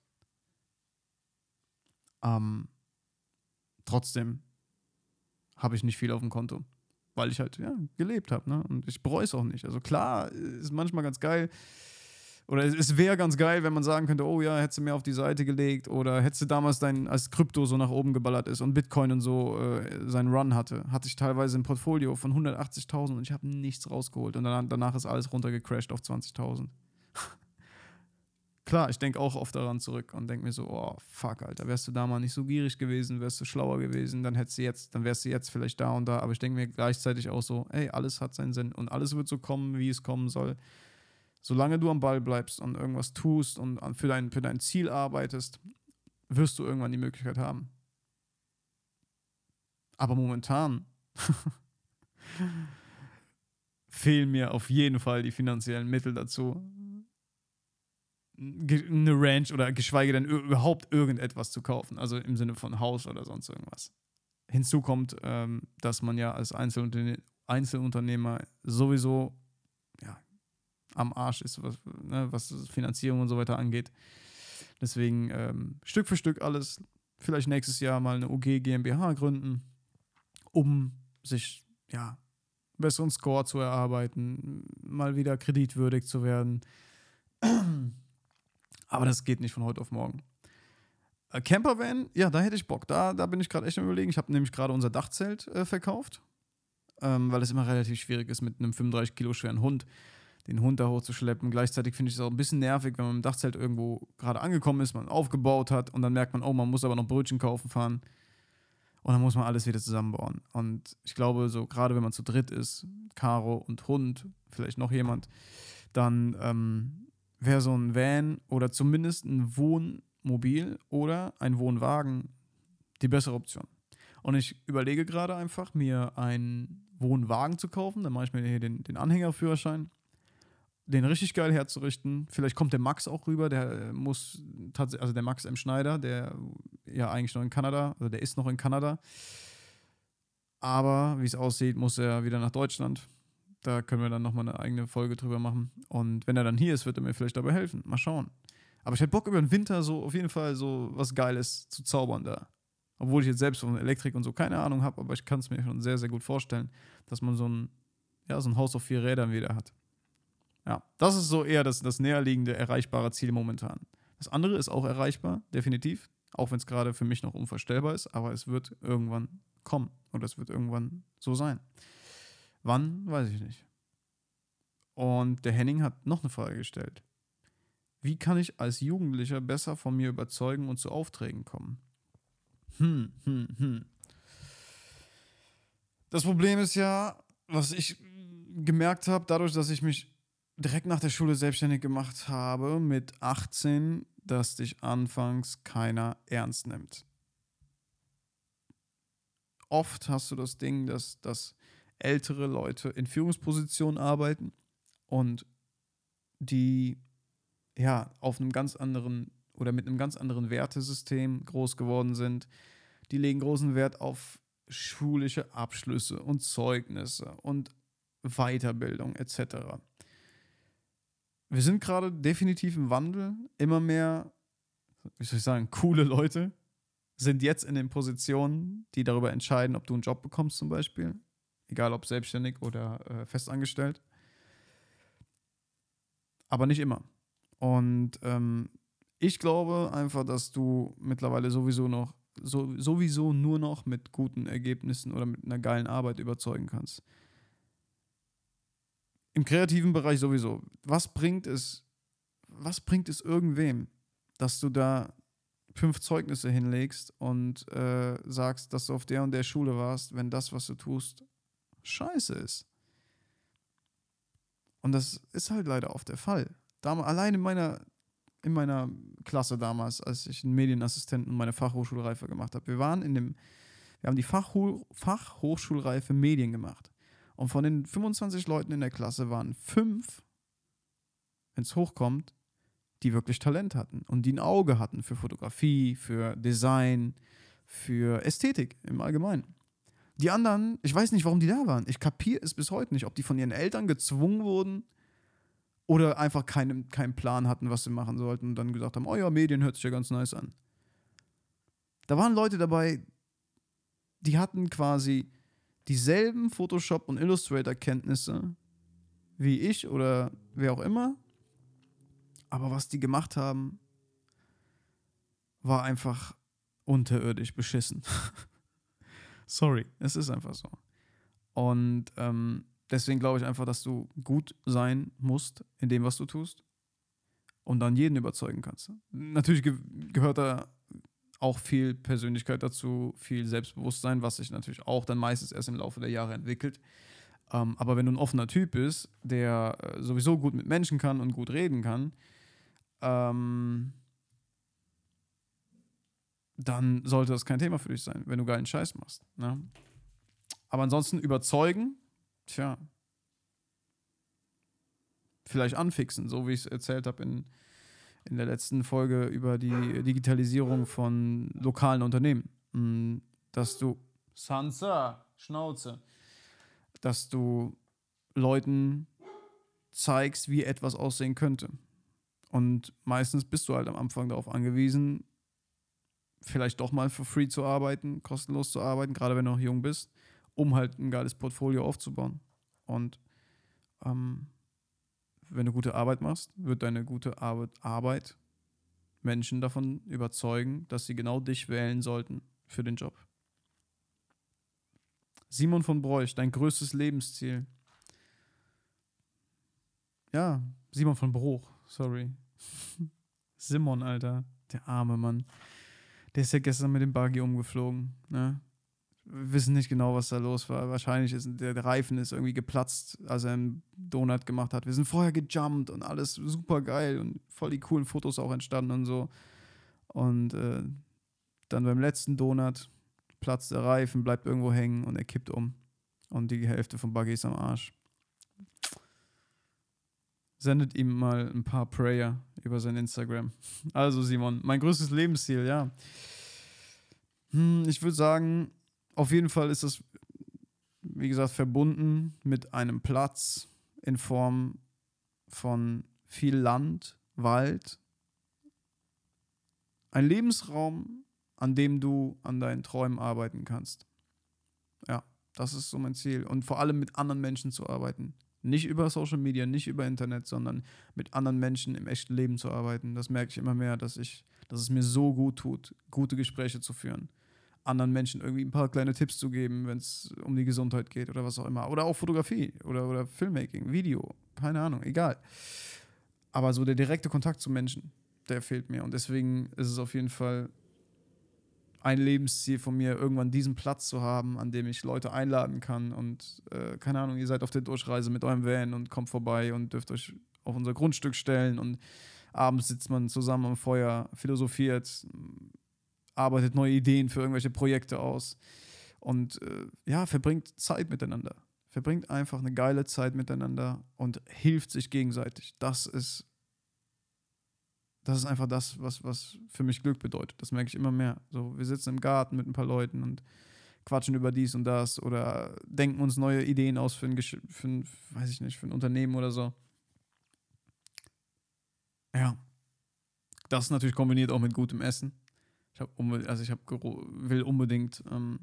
Trotzdem habe ich nicht viel auf dem Konto, weil ich halt gelebt habe, ne? Und ich bereue es auch nicht. Also klar, ist manchmal ganz geil. Oder es wäre ganz geil, wenn man sagen könnte, oh ja, hättest du mehr auf die Seite gelegt oder hättest du damals als Krypto so nach oben geballert ist und Bitcoin und so seinen Run hatte ich teilweise ein Portfolio von 180.000 und ich habe nichts rausgeholt und danach ist alles runtergecrashed auf 20.000. Klar, ich denke auch oft daran zurück und denke mir so, oh fuck, Alter, wärst du da mal nicht so gierig gewesen, wärst du schlauer gewesen, dann wärst du jetzt vielleicht da und da, aber ich denke mir gleichzeitig auch so, ey, alles hat seinen Sinn und alles wird so kommen, wie es kommen soll. Solange du am Ball bleibst und irgendwas tust und für dein Ziel arbeitest, wirst du irgendwann die Möglichkeit haben. Aber momentan fehlen mir auf jeden Fall die finanziellen Mittel dazu, eine Ranch oder geschweige denn überhaupt irgendetwas zu kaufen. Also im Sinne von Haus oder sonst irgendwas. Hinzu kommt, dass man ja als Einzelunternehmer sowieso am Arsch ist, was Finanzierung und so weiter angeht. Deswegen Stück für Stück alles. Vielleicht nächstes Jahr mal eine UG GmbH gründen, um sich besseren Score zu erarbeiten, mal wieder kreditwürdig zu werden. Aber das geht nicht von heute auf morgen. Campervan, ja, da hätte ich Bock. Da bin ich gerade echt am Überlegen. Ich habe nämlich gerade unser Dachzelt verkauft, weil es immer relativ schwierig ist, mit einem 35 Kilo schweren Hund den Hund da hochzuschleppen. Gleichzeitig finde ich es auch ein bisschen nervig, wenn man im Dachzelt irgendwo gerade angekommen ist, man aufgebaut hat und dann merkt man, oh, man muss aber noch Brötchen kaufen fahren. Und dann muss man alles wieder zusammenbauen. Und ich glaube, so gerade wenn man zu dritt ist, Caro und Hund, vielleicht noch jemand, dann wäre so ein Van oder zumindest ein Wohnmobil oder ein Wohnwagen die bessere Option. Und ich überlege gerade einfach, mir einen Wohnwagen zu kaufen. Dann mache ich mir hier den Anhängerführerschein, den richtig geil herzurichten. Vielleicht kommt der Max auch rüber, der muss tatsächlich, also der Max M. Schneider, der ja eigentlich noch in Kanada, also der ist noch in Kanada. Aber wie es aussieht, muss er wieder nach Deutschland. Da können wir dann nochmal eine eigene Folge drüber machen. Und wenn er dann hier ist, wird er mir vielleicht dabei helfen. Mal schauen. Aber ich hätte Bock über den Winter so auf jeden Fall so was Geiles zu zaubern da. Obwohl ich jetzt selbst von Elektrik und so keine Ahnung habe, aber ich kann es mir schon sehr, sehr gut vorstellen, dass man so ein Haus auf 4 Rädern wieder hat. Ja, das ist so eher das näherliegende, erreichbare Ziel momentan. Das andere ist auch erreichbar, definitiv. Auch wenn es gerade für mich noch unvorstellbar ist, aber es wird irgendwann kommen. Oder es wird irgendwann so sein. Wann, weiß ich nicht. Und der Henning hat noch eine Frage gestellt. Wie kann ich als Jugendlicher besser von mir überzeugen und zu Aufträgen kommen? Das Problem ist ja, was ich gemerkt habe, dadurch, dass ich mich direkt nach der Schule selbstständig gemacht habe, mit 18, dass dich anfangs keiner ernst nimmt. Oft hast du das Ding, dass ältere Leute in Führungspositionen arbeiten und die auf einem ganz anderen oder mit einem ganz anderen Wertesystem groß geworden sind. Die legen großen Wert auf schulische Abschlüsse und Zeugnisse und Weiterbildung etc. Wir sind gerade definitiv im Wandel. Immer mehr, wie soll ich sagen, coole Leute sind jetzt in den Positionen, die darüber entscheiden, ob du einen Job bekommst zum Beispiel. Egal ob selbstständig oder festangestellt. Aber nicht immer. Und ich glaube einfach, dass du mittlerweile sowieso nur noch mit guten Ergebnissen oder mit einer geilen Arbeit überzeugen kannst. Im kreativen Bereich sowieso. Was bringt es irgendwem, dass du da 5 Zeugnisse hinlegst und sagst, dass du auf der und der Schule warst, wenn das, was du tust, scheiße ist? Und das ist halt leider oft der Fall. Allein in meiner Klasse damals, als ich einen Medienassistenten und meine Fachhochschulreife gemacht habe, wir haben die Fachhochschulreife Medien gemacht. Und von den 25 Leuten in der Klasse waren 5, wenn es hochkommt, die wirklich Talent hatten und die ein Auge hatten für Fotografie, für Design, für Ästhetik im Allgemeinen. Die anderen, ich weiß nicht, warum die da waren. Ich kapiere es bis heute nicht, ob die von ihren Eltern gezwungen wurden oder einfach keinen Plan hatten, was sie machen sollten und dann gesagt haben, oh ja, Medien hört sich ja ganz nice an. Da waren Leute dabei, die hatten quasi dieselben Photoshop- und Illustrator-Kenntnisse wie ich oder wer auch immer, aber was die gemacht haben, war einfach unterirdisch beschissen. Sorry, es ist einfach so. Und deswegen glaube ich einfach, dass du gut sein musst in dem, was du tust und dann jeden überzeugen kannst. Natürlich gehört da auch viel Persönlichkeit dazu, viel Selbstbewusstsein, was sich natürlich auch dann meistens erst im Laufe der Jahre entwickelt. Aber wenn du ein offener Typ bist, der sowieso gut mit Menschen kann und gut reden kann, dann sollte das kein Thema für dich sein, wenn du geilen Scheiß machst. Ne? Aber ansonsten überzeugen, tja, vielleicht anfixen, so wie ich es erzählt habe in der letzten Folge über die Digitalisierung von lokalen Unternehmen. Dass du, Sansa, Schnauze, dass du Leuten zeigst, wie etwas aussehen könnte. Und meistens bist du halt am Anfang darauf angewiesen, vielleicht doch mal for free zu arbeiten, kostenlos zu arbeiten, gerade wenn du noch jung bist, um halt ein geiles Portfolio aufzubauen. Und wenn du gute Arbeit machst, wird deine gute Arbeit Menschen davon überzeugen, dass sie genau dich wählen sollten für den Job. Simon von Broich, dein größtes Lebensziel. Ja, Simon von Bruch, sorry. Simon, Alter, der arme Mann. Der ist ja gestern mit dem Buggy umgeflogen, ne? Wir wissen nicht genau, was da los war. Wahrscheinlich ist der Reifen ist irgendwie geplatzt, als er einen Donut gemacht hat. Wir sind vorher gejumpt und alles super geil und voll die coolen Fotos auch entstanden und so. Und dann beim letzten Donut platzt der Reifen, bleibt irgendwo hängen und er kippt um. Und die Hälfte vom Buggy ist am Arsch. Sendet ihm mal ein paar Prayer über sein Instagram. Also Simon, mein größtes Lebensziel, ja. Ich würde sagen, auf jeden Fall ist das, wie gesagt, verbunden mit einem Platz in Form von viel Land, Wald. Ein Lebensraum, an dem du an deinen Träumen arbeiten kannst. Ja, das ist so mein Ziel. Und vor allem mit anderen Menschen zu arbeiten. Nicht über Social Media, nicht über Internet, sondern mit anderen Menschen im echten Leben zu arbeiten. Das merke ich immer mehr, dass es mir so gut tut, gute Gespräche zu führen. Anderen Menschen irgendwie ein paar kleine Tipps zu geben, wenn es um die Gesundheit geht oder was auch immer. Oder auch Fotografie oder Filmmaking, Video, keine Ahnung, egal. Aber so der direkte Kontakt zu Menschen, der fehlt mir. Und deswegen ist es auf jeden Fall ein Lebensziel von mir, irgendwann diesen Platz zu haben, an dem ich Leute einladen kann und keine Ahnung, ihr seid auf der Durchreise mit eurem Van und kommt vorbei und dürft euch auf unser Grundstück stellen und abends sitzt man zusammen am Feuer, philosophiert, arbeitet neue Ideen für irgendwelche Projekte aus und verbringt Zeit miteinander. Verbringt einfach eine geile Zeit miteinander und hilft sich gegenseitig. Das ist einfach das, was für mich Glück bedeutet. Das merke ich immer mehr. So, wir sitzen im Garten mit ein paar Leuten und quatschen über dies und das oder denken uns neue Ideen aus für ein Unternehmen oder so. Ja, das natürlich kombiniert auch mit gutem Essen. Will unbedingt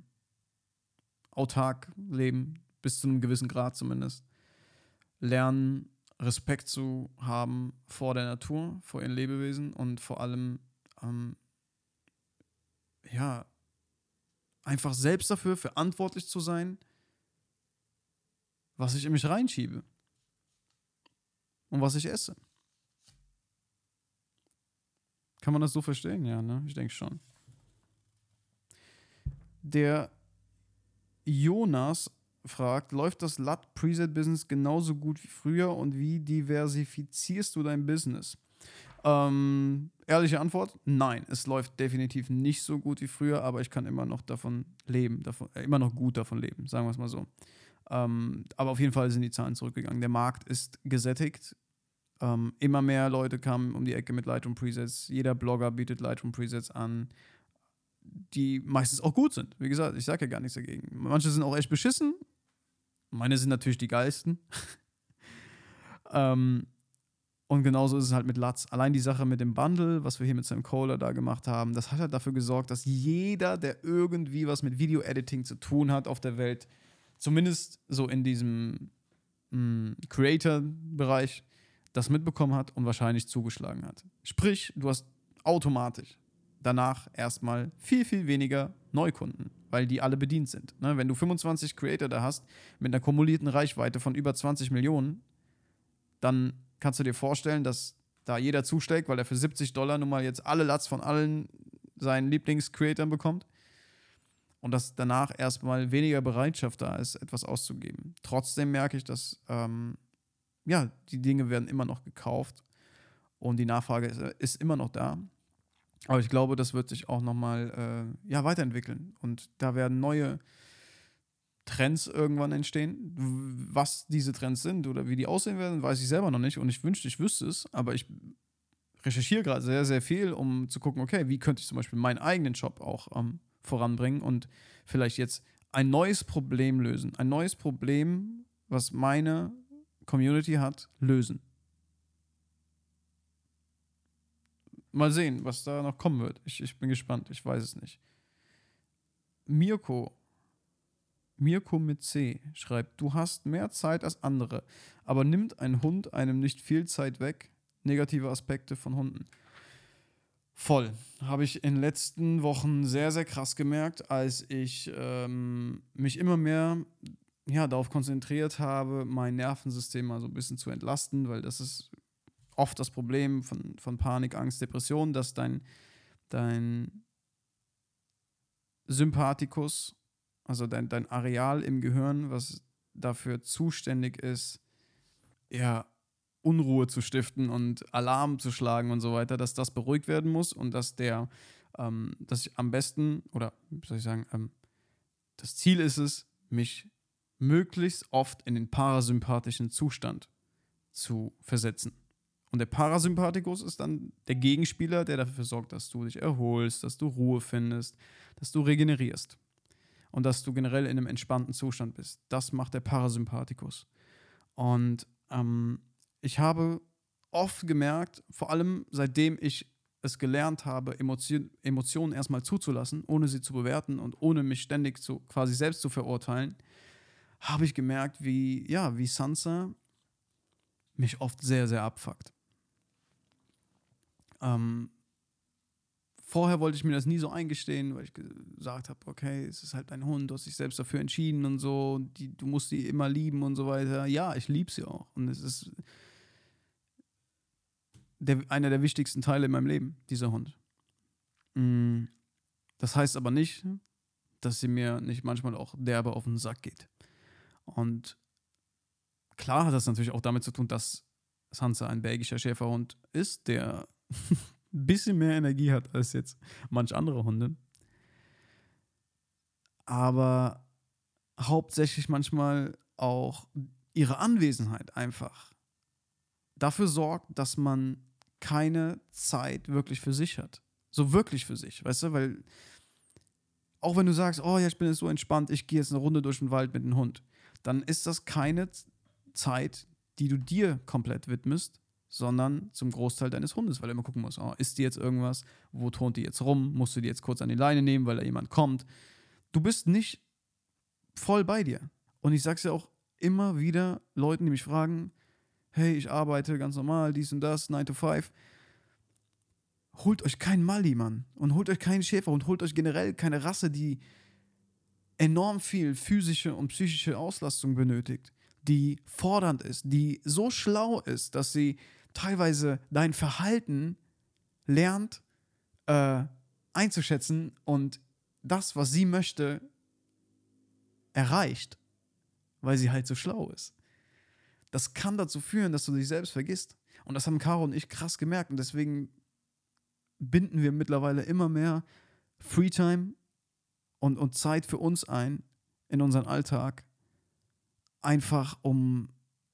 autark leben, bis zu einem gewissen Grad zumindest. Lernen, Respekt zu haben vor der Natur, vor ihren Lebewesen und vor allem einfach selbst dafür verantwortlich zu sein, was ich in mich reinschiebe und was ich esse. Kann man das so verstehen? Ja, ne? Ich denke schon. Der Jonas fragt, läuft das LUT-Preset-Business genauso gut wie früher und wie diversifizierst du dein Business? Ehrliche Antwort, nein, es läuft definitiv nicht so gut wie früher, aber ich kann immer noch davon leben, immer noch gut davon leben, sagen wir es mal so. Aber auf jeden Fall sind die Zahlen zurückgegangen. Der Markt ist gesättigt. Immer mehr Leute kamen um die Ecke mit Lightroom Presets. Jeder Blogger bietet Lightroom Presets an, die meistens auch gut sind. Wie gesagt, ich sage ja gar nichts dagegen. Manche sind auch echt beschissen. Meine sind natürlich die geilsten. Und genauso ist es halt mit LUTs. Allein die Sache mit dem Bundle, was wir hier mit Sam Kohler da gemacht haben, das hat halt dafür gesorgt, dass jeder, der irgendwie was mit Video-Editing zu tun hat auf der Welt, zumindest so in diesem Creator-Bereich, das mitbekommen hat und wahrscheinlich zugeschlagen hat. Sprich, du hast automatisch danach erstmal viel, viel weniger Neukunden, weil die alle bedient sind. Ne? Wenn du 25 Creator da hast, mit einer kumulierten Reichweite von über 20 Millionen, dann kannst du dir vorstellen, dass da jeder zuschlägt, weil er für $70 nun mal jetzt alle LUTs von allen seinen Lieblings-Creatoren bekommt. Und dass danach erstmal weniger Bereitschaft da ist, etwas auszugeben. Trotzdem merke ich, dass die Dinge werden immer noch gekauft und die Nachfrage ist immer noch da. Aber ich glaube, das wird sich auch nochmal weiterentwickeln. Und da werden neue Trends irgendwann entstehen. Was diese Trends sind oder wie die aussehen werden, weiß ich selber noch nicht. Und ich wünschte, ich wüsste es. Aber ich recherchiere gerade sehr, sehr viel, um zu gucken, okay, wie könnte ich zum Beispiel meinen eigenen Job auch voranbringen und vielleicht jetzt ein neues Problem lösen. Ein neues Problem, was meine Community hat, lösen. Mal sehen, was da noch kommen wird. Ich bin gespannt, ich weiß es nicht. Mirko mit C schreibt, du hast mehr Zeit als andere, aber nimmt ein Hund einem nicht viel Zeit weg? Negative Aspekte von Hunden. Voll. Habe ich in den letzten Wochen sehr, sehr krass gemerkt, als ich mich immer mehr darauf konzentriert habe, mein Nervensystem mal so ein bisschen zu entlasten, weil das ist oft das Problem von Panik, Angst, Depression, dass dein Sympathikus, also dein Areal im Gehirn, was dafür zuständig ist, Unruhe zu stiften und Alarm zu schlagen und so weiter, dass das beruhigt werden muss und dass dass ich am besten, oder wie soll ich sagen, das Ziel ist es, mich möglichst oft in den parasympathischen Zustand zu versetzen. Und der Parasympathikus ist dann der Gegenspieler, der dafür sorgt, dass du dich erholst, dass du Ruhe findest, dass du regenerierst und dass du generell in einem entspannten Zustand bist. Das macht der Parasympathikus. Und ich habe oft gemerkt, vor allem seitdem ich es gelernt habe, Emotionen erstmal zuzulassen, ohne sie zu bewerten und ohne mich ständig quasi selbst zu verurteilen, habe ich gemerkt, wie Sansa mich oft sehr, sehr abfuckt. Vorher wollte ich mir das nie so eingestehen, weil ich gesagt habe, okay, es ist halt dein Hund, du hast dich selbst dafür entschieden und so, du musst sie immer lieben und so weiter. Ja, ich liebe sie auch. Und es ist einer der wichtigsten Teile in meinem Leben, dieser Hund. Das heißt aber nicht, dass sie mir nicht manchmal auch derbe auf den Sack geht. Und klar hat das natürlich auch damit zu tun, dass Sansa ein belgischer Schäferhund ist, der ein bisschen mehr Energie hat als jetzt manch andere Hunde. Aber hauptsächlich manchmal auch ihre Anwesenheit einfach dafür sorgt, dass man keine Zeit wirklich für sich hat. So wirklich für sich, weißt du? Weil auch wenn du sagst, oh ja, ich bin jetzt so entspannt, ich gehe jetzt eine Runde durch den Wald mit dem Hund, dann ist das keine Zeit, die du dir komplett widmest, sondern zum Großteil deines Hundes, weil du immer gucken musst, oh, isst die jetzt irgendwas, wo turnt die jetzt rum, musst du die jetzt kurz an die Leine nehmen, weil da jemand kommt. Du bist nicht voll bei dir. Und ich sag's ja auch immer wieder Leuten, die mich fragen, hey, ich arbeite ganz normal, dies und das, 9 to 5. Holt euch keinen Mali, Mann. Und holt euch keinen Schäfer und holt euch generell keine Rasse, die enorm viel physische und psychische Auslastung benötigt, die fordernd ist, die so schlau ist, dass sie teilweise dein Verhalten lernt einzuschätzen und das, was sie möchte, erreicht, weil sie halt so schlau ist. Das kann dazu führen, dass du dich selbst vergisst. Und das haben Caro und ich krass gemerkt. Und deswegen binden wir mittlerweile immer mehr Freetime und Zeit für uns ein in unseren Alltag. Einfach um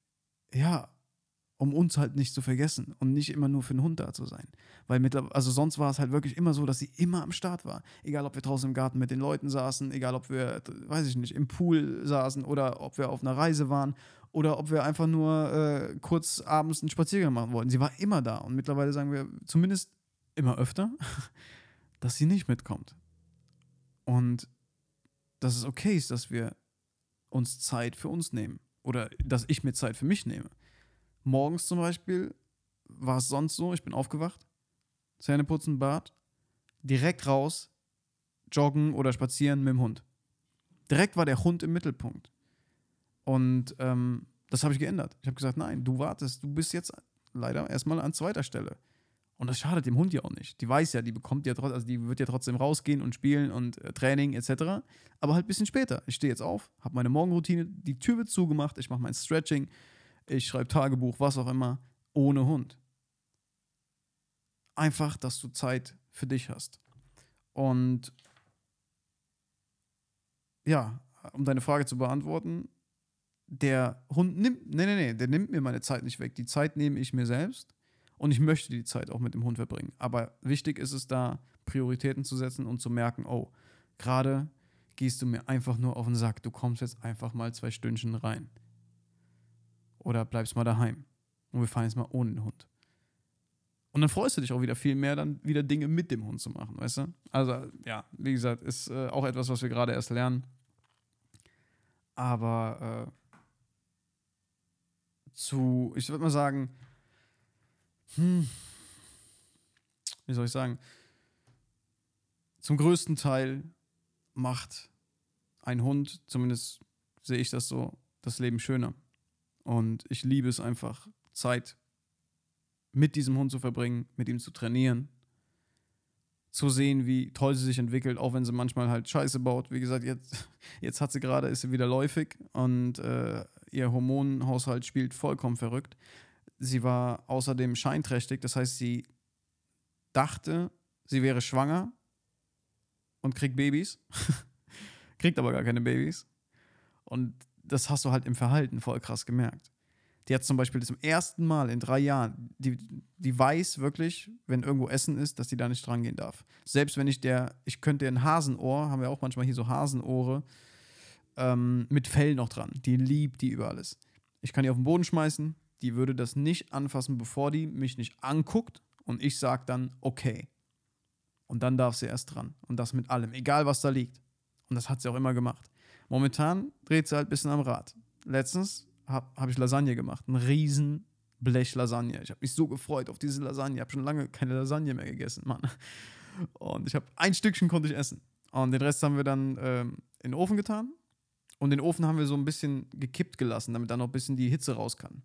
uns halt nicht zu vergessen und nicht immer nur für den Hund da zu sein. Weil sonst war es halt wirklich immer so, dass sie immer am Start war. Egal, ob wir draußen im Garten mit den Leuten saßen, egal, ob wir, weiß ich nicht, im Pool saßen oder ob wir auf einer Reise waren oder ob wir einfach nur kurz abends einen Spaziergang machen wollten. Sie war immer da und mittlerweile sagen wir zumindest immer öfter, dass sie nicht mitkommt. Und dass es okay ist, dass wir uns Zeit für uns nehmen oder dass ich mir Zeit für mich nehme. Morgens zum Beispiel war es sonst so, ich bin aufgewacht, Zähne putzen, Bad, direkt raus, joggen oder spazieren mit dem Hund. Direkt war der Hund im Mittelpunkt. Und das habe ich geändert. Ich habe gesagt, nein, du wartest, du bist jetzt leider erstmal an zweiter Stelle. Und das schadet dem Hund ja auch nicht. Die weiß ja, die bekommt ja trotzdem, also die wird ja trotzdem rausgehen und spielen und Training etc. Aber halt ein bisschen später. Ich stehe jetzt auf, habe meine Morgenroutine, die Tür wird zugemacht, ich mache mein Stretching, ich schreibe Tagebuch, was auch immer, ohne Hund. Einfach, dass du Zeit für dich hast. Und ja, um deine Frage zu beantworten, der Hund der nimmt mir meine Zeit nicht weg. Die Zeit nehme ich mir selbst und ich möchte die Zeit auch mit dem Hund verbringen. Aber wichtig ist es da, Prioritäten zu setzen und zu merken, oh, gerade gehst du mir einfach nur auf den Sack. Du kommst jetzt einfach mal 2 Stündchen rein. Oder bleibst mal daheim. Und wir fahren jetzt mal ohne den Hund. Und dann freust du dich auch wieder viel mehr, dann wieder Dinge mit dem Hund zu machen, weißt du? Also, ja, wie gesagt, ist auch etwas, was wir gerade erst lernen. Aber ich würde mal sagen, wie soll ich sagen, zum größten Teil macht ein Hund, zumindest sehe ich das so, das Leben schöner. Und ich liebe es einfach, Zeit mit diesem Hund zu verbringen, mit ihm zu trainieren, zu sehen, wie toll sie sich entwickelt, auch wenn sie manchmal halt Scheiße baut. Wie gesagt, jetzt hat sie gerade, ist sie wieder läufig und ihr Hormonhaushalt spielt vollkommen verrückt. Sie war außerdem scheinträchtig, das heißt, sie dachte, sie wäre schwanger und kriegt Babys, kriegt aber gar keine Babys. Und das hast du halt im Verhalten voll krass gemerkt. Die hat zum Beispiel zum ersten Mal in 3 Jahren, die weiß wirklich, wenn irgendwo Essen ist, dass die da nicht dran gehen darf. Selbst wenn ich könnte ein Hasenohr, haben wir auch manchmal hier so Hasenohre, mit Fell noch dran. Die liebt die über alles. Ich kann die auf den Boden schmeißen, die würde das nicht anfassen, bevor die mich nicht anguckt und ich sage dann, okay. Und dann darf sie erst dran. Und das mit allem, egal was da liegt. Und das hat sie auch immer gemacht. Momentan dreht sie halt ein bisschen am Rad. Letztens habe ich Lasagne gemacht. Ein riesen Blech Lasagne. Ich habe mich so gefreut auf diese Lasagne. Ich habe schon lange keine Lasagne mehr gegessen, Mann. Und ich habe ein Stückchen konnte ich essen. Und den Rest haben wir dann in den Ofen getan. Und den Ofen haben wir so ein bisschen gekippt gelassen, damit da noch ein bisschen die Hitze raus kann.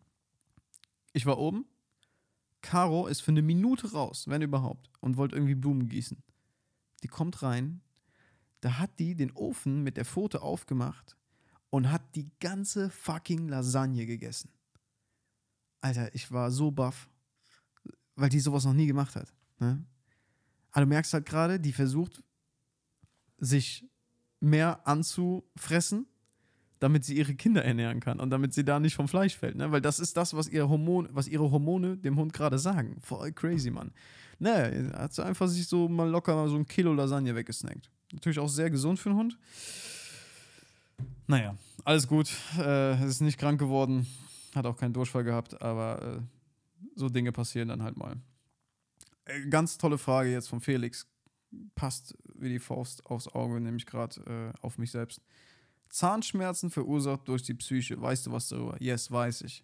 Ich war oben. Caro ist für eine Minute raus, wenn überhaupt, und wollte irgendwie Blumen gießen. Die kommt rein. Da hat die den Ofen mit der Pfote aufgemacht und hat die ganze fucking Lasagne gegessen. Alter, ich war so baff, weil die sowas noch nie gemacht hat. Ne? Aber du merkst halt gerade, die versucht, sich mehr anzufressen, damit sie ihre Kinder ernähren kann und damit sie da nicht vom Fleisch fällt. Ne? Weil das ist das, was ihre Hormone dem Hund gerade sagen. Voll crazy, Mann. Ne, hat sie einfach sich so mal locker mal so 1 Kilo Lasagne weggesnackt. Natürlich auch sehr gesund für einen Hund. Naja, alles gut. Es ist nicht krank geworden. Hat auch keinen Durchfall gehabt, aber so Dinge passieren dann halt mal. Ganz tolle Frage jetzt von Felix. Passt wie die Faust aufs Auge, nämlich gerade auf mich selbst. Zahnschmerzen verursacht durch die Psyche. Weißt du was darüber? Yes, weiß ich.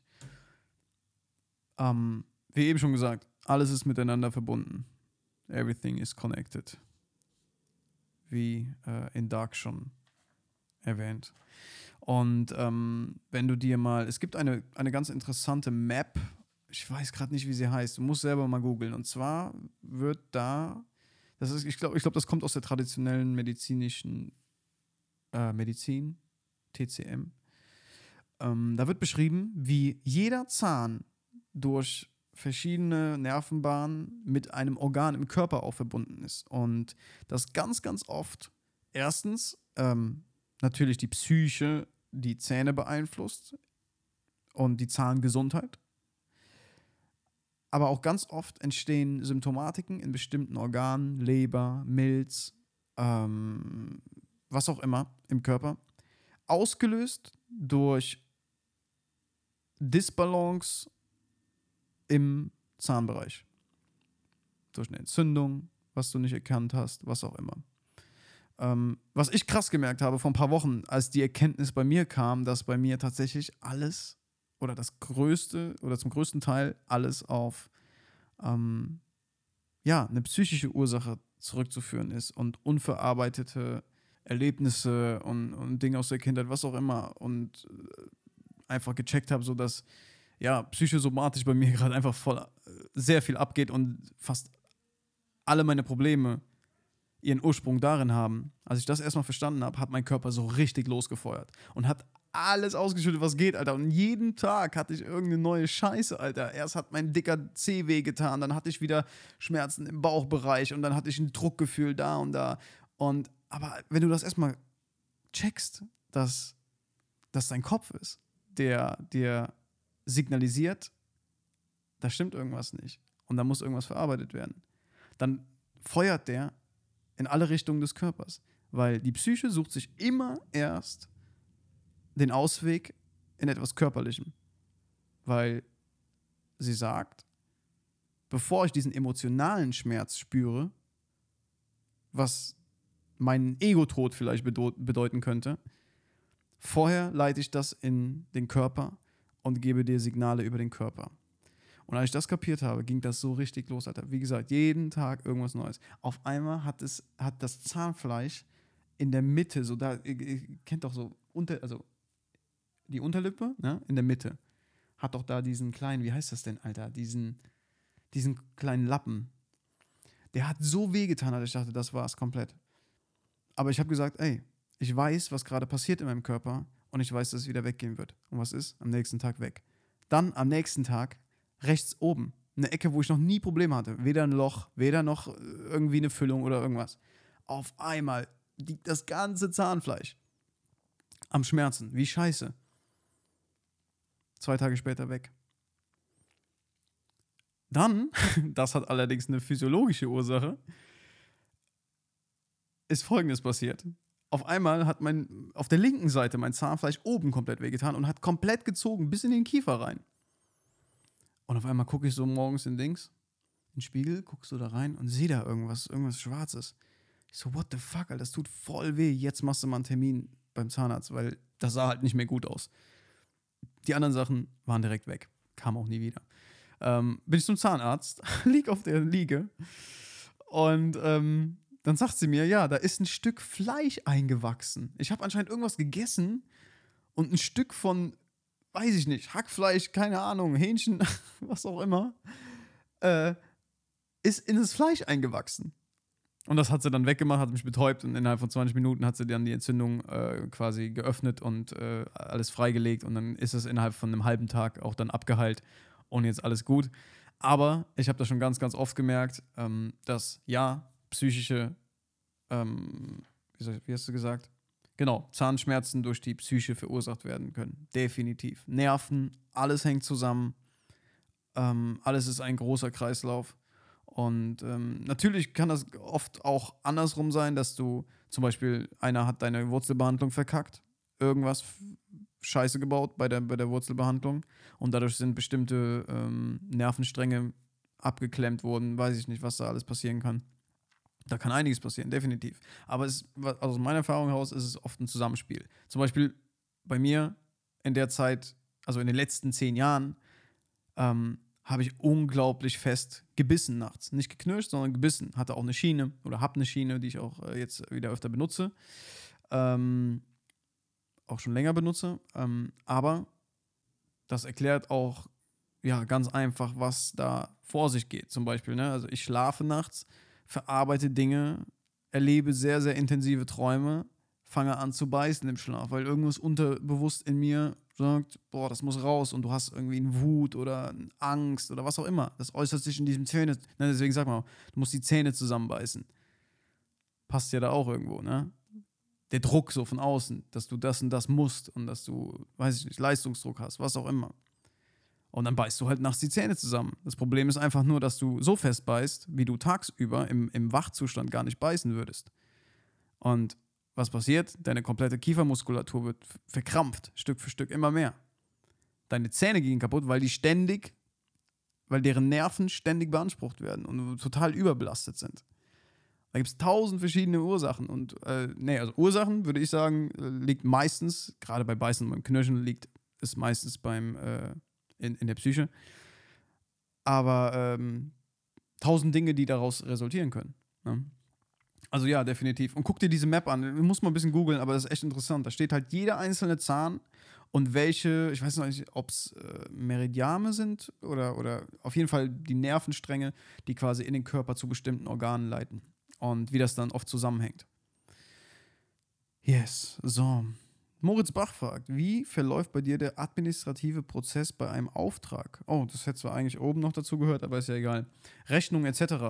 Wie eben schon gesagt, alles ist miteinander verbunden. Everything is connected. Wie in Dark schon erwähnt. Und wenn du dir mal, es gibt eine ganz interessante Map, ich weiß gerade nicht, wie sie heißt, du musst selber mal googeln. Und zwar wird da, ich glaube, das kommt aus der traditionellen medizinischen Medizin, TCM. Da wird beschrieben, wie jeder Zahn durch verschiedene Nervenbahnen mit einem Organ im Körper auch verbunden ist. Und das ganz, ganz oft erstens natürlich die Psyche die Zähne beeinflusst und die Zahngesundheit. Aber auch ganz oft entstehen Symptomatiken in bestimmten Organen, Leber, Milz, was auch immer im Körper, ausgelöst durch Disbalance im Zahnbereich. Durch eine Entzündung, was du nicht erkannt hast, was auch immer. Was ich krass gemerkt habe vor ein paar Wochen, als die Erkenntnis bei mir kam, dass bei mir tatsächlich alles oder das größte oder zum größten Teil alles auf eine psychische Ursache zurückzuführen ist und unverarbeitete Erlebnisse und Dinge aus der Kindheit, was auch immer, und einfach gecheckt habe, so dass ja, psychosomatisch bei mir gerade einfach sehr viel abgeht und fast alle meine Probleme ihren Ursprung darin haben. Als ich das erstmal verstanden habe, hat mein Körper so richtig losgefeuert und hat alles ausgeschüttet, was geht, Alter. Und jeden Tag hatte ich irgendeine neue Scheiße, Alter. Erst hat mein dicker Zeh wehgetan, dann hatte ich wieder Schmerzen im Bauchbereich und dann hatte ich ein Druckgefühl da und da. Aber wenn du das erstmal checkst, dass das dein Kopf ist, der dir signalisiert, da stimmt irgendwas nicht und da muss irgendwas verarbeitet werden, dann feuert der in alle Richtungen des Körpers, weil die Psyche sucht sich immer erst den Ausweg in etwas Körperlichem, weil sie sagt, bevor ich diesen emotionalen Schmerz spüre, was meinen Ego-Tod vielleicht bedeuten könnte, vorher leite ich das in den Körper und gebe dir Signale über den Körper. Und als ich das kapiert habe, ging das so richtig los, Alter. Wie gesagt, jeden Tag irgendwas Neues. Auf einmal hat das Zahnfleisch in der Mitte, so da, ihr kennt doch so, also die Unterlippe, ne, in der Mitte, hat doch da diesen kleinen, wie heißt das denn, Alter, diesen kleinen Lappen. Der hat so wehgetan, dass ich dachte, das war's komplett. Aber ich habe gesagt, ey, ich weiß, was gerade passiert in meinem Körper und ich weiß, dass es wieder weggehen wird. Und was ist? Am nächsten Tag weg. Dann am nächsten Tag rechts oben, eine Ecke, wo ich noch nie Probleme hatte. Weder ein Loch, weder noch irgendwie eine Füllung oder irgendwas. Auf einmal liegt das ganze Zahnfleisch am Schmerzen. Wie scheiße. 2 Tage später weg. Dann, das hat allerdings eine physiologische Ursache, ist Folgendes passiert. Auf einmal hat auf der linken Seite mein Zahnfleisch oben komplett wehgetan und hat komplett gezogen bis in den Kiefer rein. Und auf einmal gucke ich so morgens in den Spiegel, guckst so da rein und sehe da irgendwas Schwarzes. Ich so, what the fuck, Alter, das tut voll weh. Jetzt machst du mal einen Termin beim Zahnarzt, weil das sah halt nicht mehr gut aus. Die anderen Sachen waren direkt weg. Kam auch nie wieder. Bin ich zum Zahnarzt, lieg auf der Liege und dann sagt sie mir, ja, da ist ein Stück Fleisch eingewachsen. Ich habe anscheinend irgendwas gegessen und ein Stück von, weiß ich nicht, Hackfleisch, keine Ahnung, Hähnchen, was auch immer, ist in das Fleisch eingewachsen. Und das hat sie dann weggemacht, hat mich betäubt und innerhalb von 20 Minuten hat sie dann die Entzündung quasi geöffnet und alles freigelegt und dann ist es innerhalb von einem halben Tag auch dann abgeheilt und jetzt alles gut. Aber ich habe das schon ganz, ganz oft gemerkt, dass ja, psychische, wie hast du gesagt? Genau, Zahnschmerzen durch die Psyche verursacht werden können. Definitiv. Nerven, alles hängt zusammen. Alles ist ein großer Kreislauf. Und natürlich kann das oft auch andersrum sein, dass du zum Beispiel, einer hat deine Wurzelbehandlung verkackt, irgendwas Scheiße gebaut bei der Wurzelbehandlung und dadurch sind bestimmte Nervenstränge abgeklemmt worden, weiß ich nicht, was da alles passieren kann. Da kann einiges passieren, definitiv. Aber aus meiner Erfahrung heraus ist es oft ein Zusammenspiel. Zum Beispiel bei mir in der Zeit, also in den letzten 10 Jahren, habe ich unglaublich fest gebissen nachts. Nicht geknirscht, sondern gebissen. Hatte auch eine Schiene oder habe eine Schiene, die ich auch jetzt wieder öfter benutze. Auch schon länger benutze. Aber das erklärt auch ja, ganz einfach, was da vor sich geht. Zum Beispiel, ne? Also ich schlafe nachts, verarbeite Dinge, erlebe sehr, sehr intensive Träume, fange an zu beißen im Schlaf, weil irgendwas unterbewusst in mir sagt, boah, das muss raus und du hast irgendwie eine Wut oder eine Angst oder was auch immer. Das äußert sich in diesem Zähne. Ne, deswegen sag mal, du musst die Zähne zusammenbeißen. Passt ja da auch irgendwo, ne? Der Druck so von außen, dass du das und das musst und dass du, weiß ich nicht, Leistungsdruck hast, was auch immer. Und dann beißt du halt nachts die Zähne zusammen. Das Problem ist einfach nur, dass du so fest beißt, wie du tagsüber im Wachzustand gar nicht beißen würdest. Und was passiert? Deine komplette Kiefermuskulatur wird verkrampft, Stück für Stück immer mehr. Deine Zähne gehen kaputt, weil deren Nerven ständig beansprucht werden und total überbelastet sind. Da gibt es 1000 verschiedene Ursachen. Und also Ursachen, würde ich sagen, liegt meistens, gerade bei Beißen und beim Knirschen, liegt es meistens in der Psyche. Aber 1000 Dinge, die daraus resultieren können. Ne? Also ja, definitiv. Und guck dir diese Map an. Du musst mal ein bisschen googeln, aber das ist echt interessant. Da steht halt jeder einzelne Zahn Und welche, ich weiß noch nicht, ob es Meridiane sind oder auf jeden Fall die Nervenstränge, die quasi in den Körper zu bestimmten Organen leiten. Und wie das dann oft zusammenhängt. Yes, so. Moritz Bach fragt, wie verläuft bei dir der administrative Prozess bei einem Auftrag? Oh, das hätte zwar eigentlich oben noch dazu gehört, aber ist ja egal. Rechnung etc.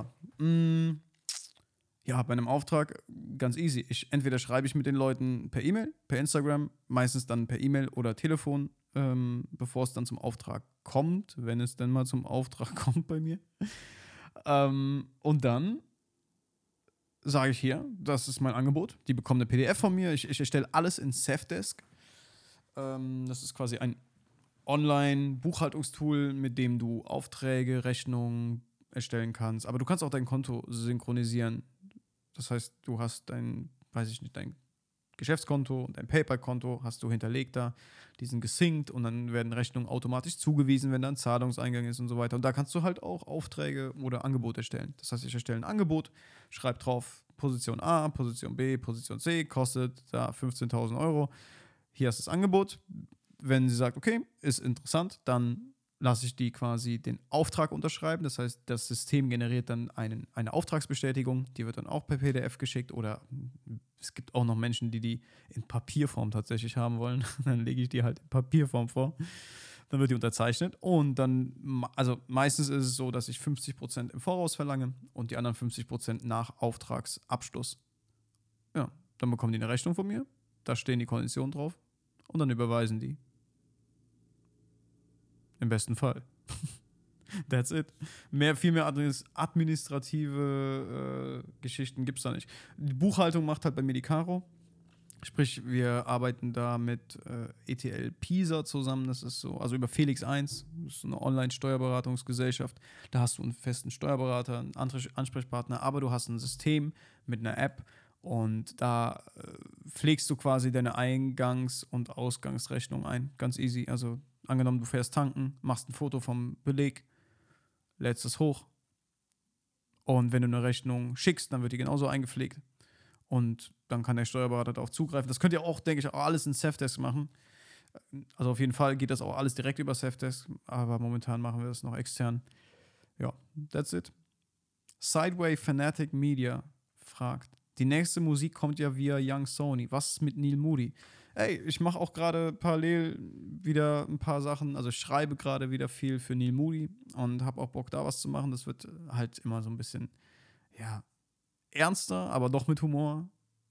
Ja, bei einem Auftrag ganz easy. Entweder schreibe ich mit den Leuten per E-Mail, per Instagram, meistens dann per E-Mail oder Telefon, bevor es dann zum Auftrag kommt, wenn es denn mal zum Auftrag kommt bei mir. Und dann sage ich hier, das ist mein Angebot. Die bekommen eine PDF von mir. Ich erstelle alles in Safdesk. Das ist quasi ein Online-Buchhaltungstool, mit dem du Aufträge, Rechnungen erstellen kannst. Aber du kannst auch dein Konto synchronisieren. Das heißt, du hast dein Geschäftskonto und dein PayPal-Konto hast du hinterlegt da. Die sind gesynkt und dann werden Rechnungen automatisch zugewiesen, wenn da ein Zahlungseingang ist und so weiter. Und da kannst du halt auch Aufträge oder Angebote erstellen. Das heißt, ich erstelle ein Angebot, schreibe drauf Position A, Position B, Position C, kostet da 15.000 Euro. Hier ist das Angebot. Wenn sie sagt, okay, ist interessant, dann lasse ich die quasi den Auftrag unterschreiben. Das heißt, das System generiert dann eine Auftragsbestätigung. Die wird dann auch per PDF geschickt oder es gibt auch noch Menschen, die in Papierform tatsächlich haben wollen. Dann lege ich die halt in Papierform vor. Dann wird die unterzeichnet und dann, also meistens ist es so, dass ich 50% im Voraus verlange und die anderen 50% nach Auftragsabschluss. Ja, dann bekommen die eine Rechnung von mir. Da stehen die Konditionen drauf und dann überweisen die. Im besten Fall. That's it. Viel mehr administrative Geschichten gibt es da nicht. Die Buchhaltung macht halt bei mir die Caro. Sprich, wir arbeiten da mit ETL Pisa zusammen. Das ist so, also über Felix 1, das ist eine Online-Steuerberatungsgesellschaft. Da hast du einen festen Steuerberater, einen Ansprechpartner, aber du hast ein System mit einer App und da pflegst du quasi deine Eingangs- und Ausgangsrechnung ein. Ganz easy. Also angenommen, du fährst tanken, machst ein Foto vom Beleg, lädst es hoch und wenn du eine Rechnung schickst, dann wird die genauso eingepflegt und dann kann der Steuerberater darauf zugreifen. Das könnt ihr auch, denke ich, auch alles in Safdesk machen. Also auf jeden Fall geht das auch alles direkt über Safdesk, aber momentan machen wir das noch extern. Ja, that's it. Sideway Fanatic Media fragt, die nächste Musik kommt ja via Young Sony. Was ist mit Neil Moody? Ey, ich mache auch gerade parallel wieder ein paar Sachen. Also ich schreibe gerade wieder viel für Neil Moody und habe auch Bock, da was zu machen. Das wird halt immer so ein bisschen, ja, ernster, aber doch mit Humor.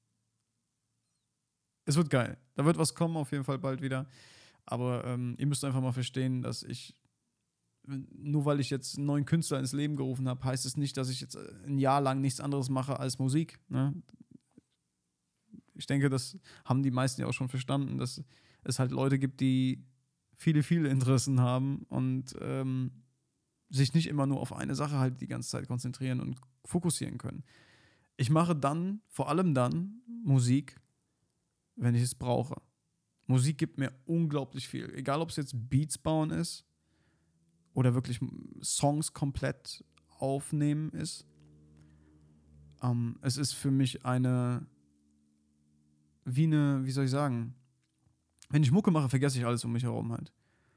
Es wird geil. Da wird was kommen, auf jeden Fall bald wieder. Aber ihr müsst einfach mal verstehen, dass nur weil ich jetzt einen neuen Künstler ins Leben gerufen habe, heißt es nicht, dass ich jetzt ein Jahr lang nichts anderes mache als Musik. Ne? Ich denke, das haben die meisten ja auch schon verstanden, dass es halt Leute gibt, die viele, viele Interessen haben und sich nicht immer nur auf eine Sache halt die ganze Zeit konzentrieren und fokussieren können. Ich mache dann, vor allem dann, Musik, wenn ich es brauche. Musik gibt mir unglaublich viel. Egal, ob es jetzt Beats bauen ist oder wirklich Songs komplett aufnehmen ist. Es ist für mich wie soll ich sagen, wenn ich Mucke mache, vergesse ich alles um mich herum halt.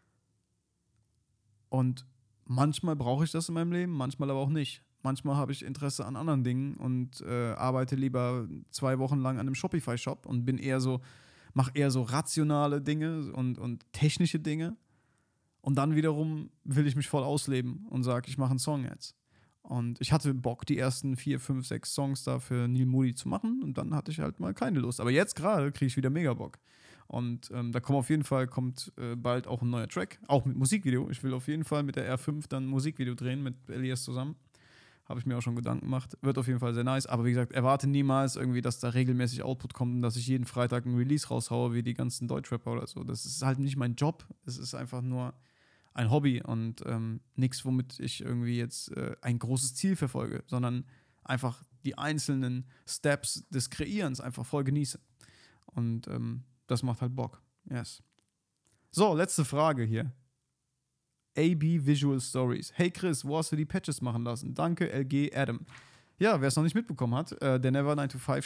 Und manchmal brauche ich das in meinem Leben, manchmal aber auch nicht. Manchmal habe ich Interesse an anderen Dingen und arbeite lieber 2 Wochen lang an einem Shopify-Shop und mache eher so rationale Dinge und technische Dinge. Und dann wiederum will ich mich voll ausleben und sage, ich mache einen Song jetzt. Und ich hatte Bock, die ersten 4, 5, 6 Songs da für Neil Moody zu machen und dann hatte ich halt mal keine Lust. Aber jetzt gerade kriege ich wieder mega Bock. Und da kommt bald auch ein neuer Track, auch mit Musikvideo. Ich will auf jeden Fall mit der R5 dann ein Musikvideo drehen mit Elias zusammen. Habe ich mir auch schon Gedanken gemacht. Wird auf jeden Fall sehr nice. Aber wie gesagt, erwarte niemals irgendwie, dass da regelmäßig Output kommt und dass ich jeden Freitag ein Release raushaue, wie die ganzen Deutschrapper oder so. Das ist halt nicht mein Job. Es ist einfach nur ein Hobby und nichts, womit ich irgendwie jetzt ein großes Ziel verfolge, sondern einfach die einzelnen Steps des Kreierens einfach voll genieße. Und das macht halt Bock. Yes. So, letzte Frage hier. AB Visual Stories. Hey Chris, wo hast du die Patches machen lassen? Danke, LG Adam. Ja, wer es noch nicht mitbekommen hat, der Never 9 to 5 Shop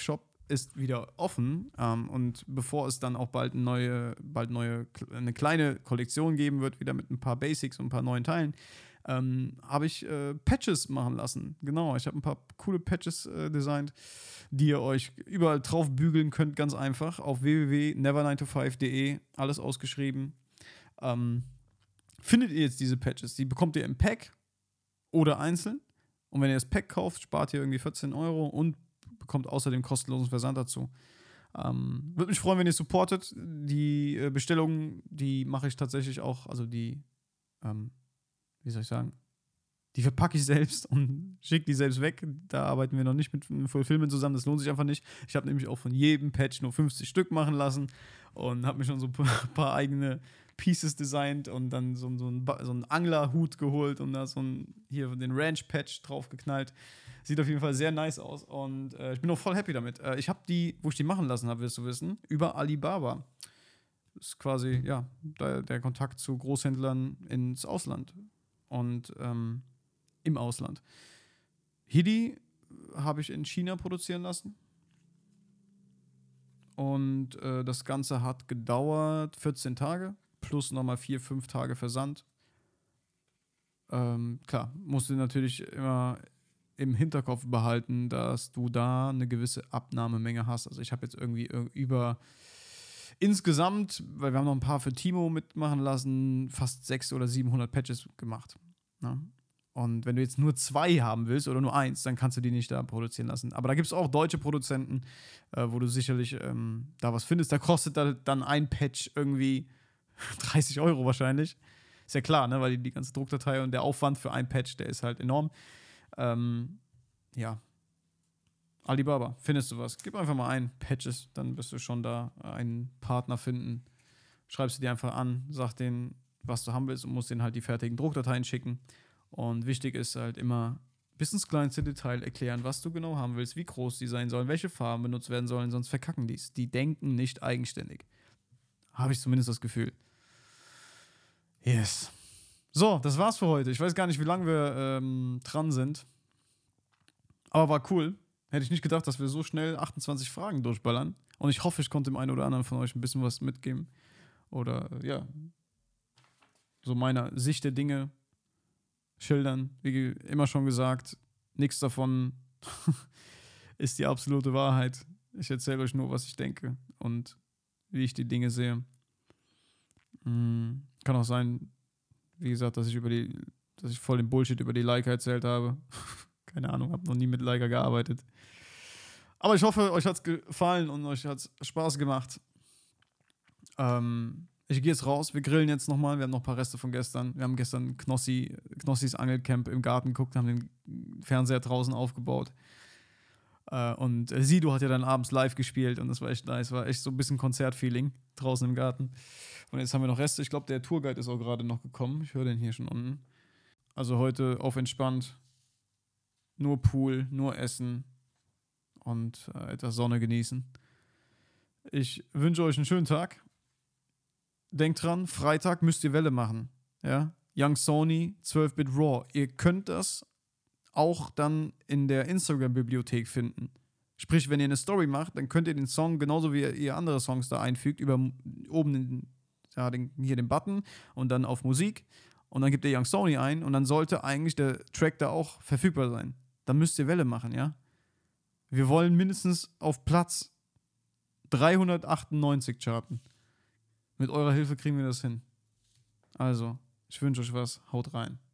ist wieder offen und bevor es dann auch bald eine kleine Kollektion geben wird, wieder mit ein paar Basics und ein paar neuen Teilen, habe ich Patches machen lassen. Genau, ich habe ein paar coole Patches designt, die ihr euch überall drauf bügeln könnt, ganz einfach, auf www.never9to5.de, alles ausgeschrieben. Findet ihr jetzt diese Patches, die bekommt ihr im Pack oder einzeln. Und wenn ihr das Pack kauft, spart ihr irgendwie 14 € und bekommt außerdem kostenlosen Versand dazu. Würde mich freuen, wenn ihr supportet. Die Bestellungen, die mache ich tatsächlich auch, also die, wie soll ich sagen, die verpacke ich selbst und schicke die selbst weg. Da arbeiten wir noch nicht mit Fulfillment zusammen, das lohnt sich einfach nicht. Ich habe nämlich auch von jedem Patch nur 50 Stück machen lassen und habe mir schon so ein paar eigene Pieces designt und dann so einen Anglerhut geholt und da hier den Ranch-Patch draufgeknallt. Sieht auf jeden Fall sehr nice aus und ich bin auch voll happy damit. Ich habe die, wo ich die machen lassen habe, wirst du wissen, über Alibaba. Das ist quasi, ja, der Kontakt zu Großhändlern ins Ausland und im Ausland. Hidi habe ich in China produzieren lassen. Und das Ganze hat gedauert 14 Tage, plus nochmal 4-5 Tage Versand. Klar, musst du natürlich immer im Hinterkopf behalten, dass du da eine gewisse Abnahmemenge hast. Also ich habe jetzt irgendwie insgesamt, weil wir haben noch ein paar für Timo mitmachen lassen, fast 600 oder 700 Patches gemacht. Ne? Und wenn du jetzt nur 2 haben willst oder nur 1, dann kannst du die nicht da produzieren lassen. Aber da gibt es auch deutsche Produzenten, wo du sicherlich da was findest. Da kostet dann ein Patch irgendwie 30 € wahrscheinlich. Ist ja klar, ne? Weil die ganze Druckdatei und der Aufwand für ein Patch, der ist halt enorm. Ja. Alibaba, findest du was? Gib einfach mal ein, Patches, dann wirst du schon da einen Partner finden. Schreibst du dir einfach an, sag denen, was du haben willst und musst denen halt die fertigen Druckdateien schicken. Und wichtig ist halt immer bis ins kleinste Detail erklären, was du genau haben willst, wie groß die sein sollen, welche Farben benutzt werden sollen, sonst verkacken die es. Die denken nicht eigenständig. Habe ich zumindest das Gefühl. Yes. So, das war's für heute. Ich weiß gar nicht, wie lange wir dran sind. Aber war cool. Hätte ich nicht gedacht, dass wir so schnell 28 Fragen durchballern. Und ich hoffe, ich konnte dem einen oder anderen von euch ein bisschen was mitgeben. Oder, ja, so meiner Sicht der Dinge schildern. Wie immer schon gesagt, nichts davon ist die absolute Wahrheit. Ich erzähle euch nur, was ich denke und wie ich die Dinge sehe. Kann auch sein, wie gesagt, dass ich voll den Bullshit über die Leica erzählt habe. Keine Ahnung, habe noch nie mit Leica gearbeitet. Aber ich hoffe, euch hat es gefallen und euch hat es Spaß gemacht. Ich gehe jetzt raus, wir grillen jetzt nochmal. Wir haben noch ein paar Reste von gestern. Wir haben gestern Knossis Angelcamp im Garten geguckt, haben den Fernseher draußen aufgebaut. Und Sido hat ja dann abends live gespielt und das war echt nice. War echt so ein bisschen Konzertfeeling draußen im Garten. Und jetzt haben wir noch Reste. Ich glaube, der Tourguide ist auch gerade noch gekommen. Ich höre den hier schon unten. Also heute auf entspannt. Nur Pool, nur Essen und etwas Sonne genießen. Ich wünsche euch einen schönen Tag. Denkt dran, Freitag müsst ihr Welle machen. Ja? Young Sony, 12-Bit Raw. Ihr könnt das auch dann in der Instagram-Bibliothek finden. Sprich, wenn ihr eine Story macht, dann könnt ihr den Song, genauso wie ihr andere Songs da einfügt, über oben hier den Button und dann auf Musik und dann gebt ihr Young Sony ein und dann sollte eigentlich der Track da auch verfügbar sein. Dann müsst ihr Welle machen, ja? Wir wollen mindestens auf Platz 398 charten. Mit eurer Hilfe kriegen wir das hin. Also, ich wünsche euch was. Haut rein.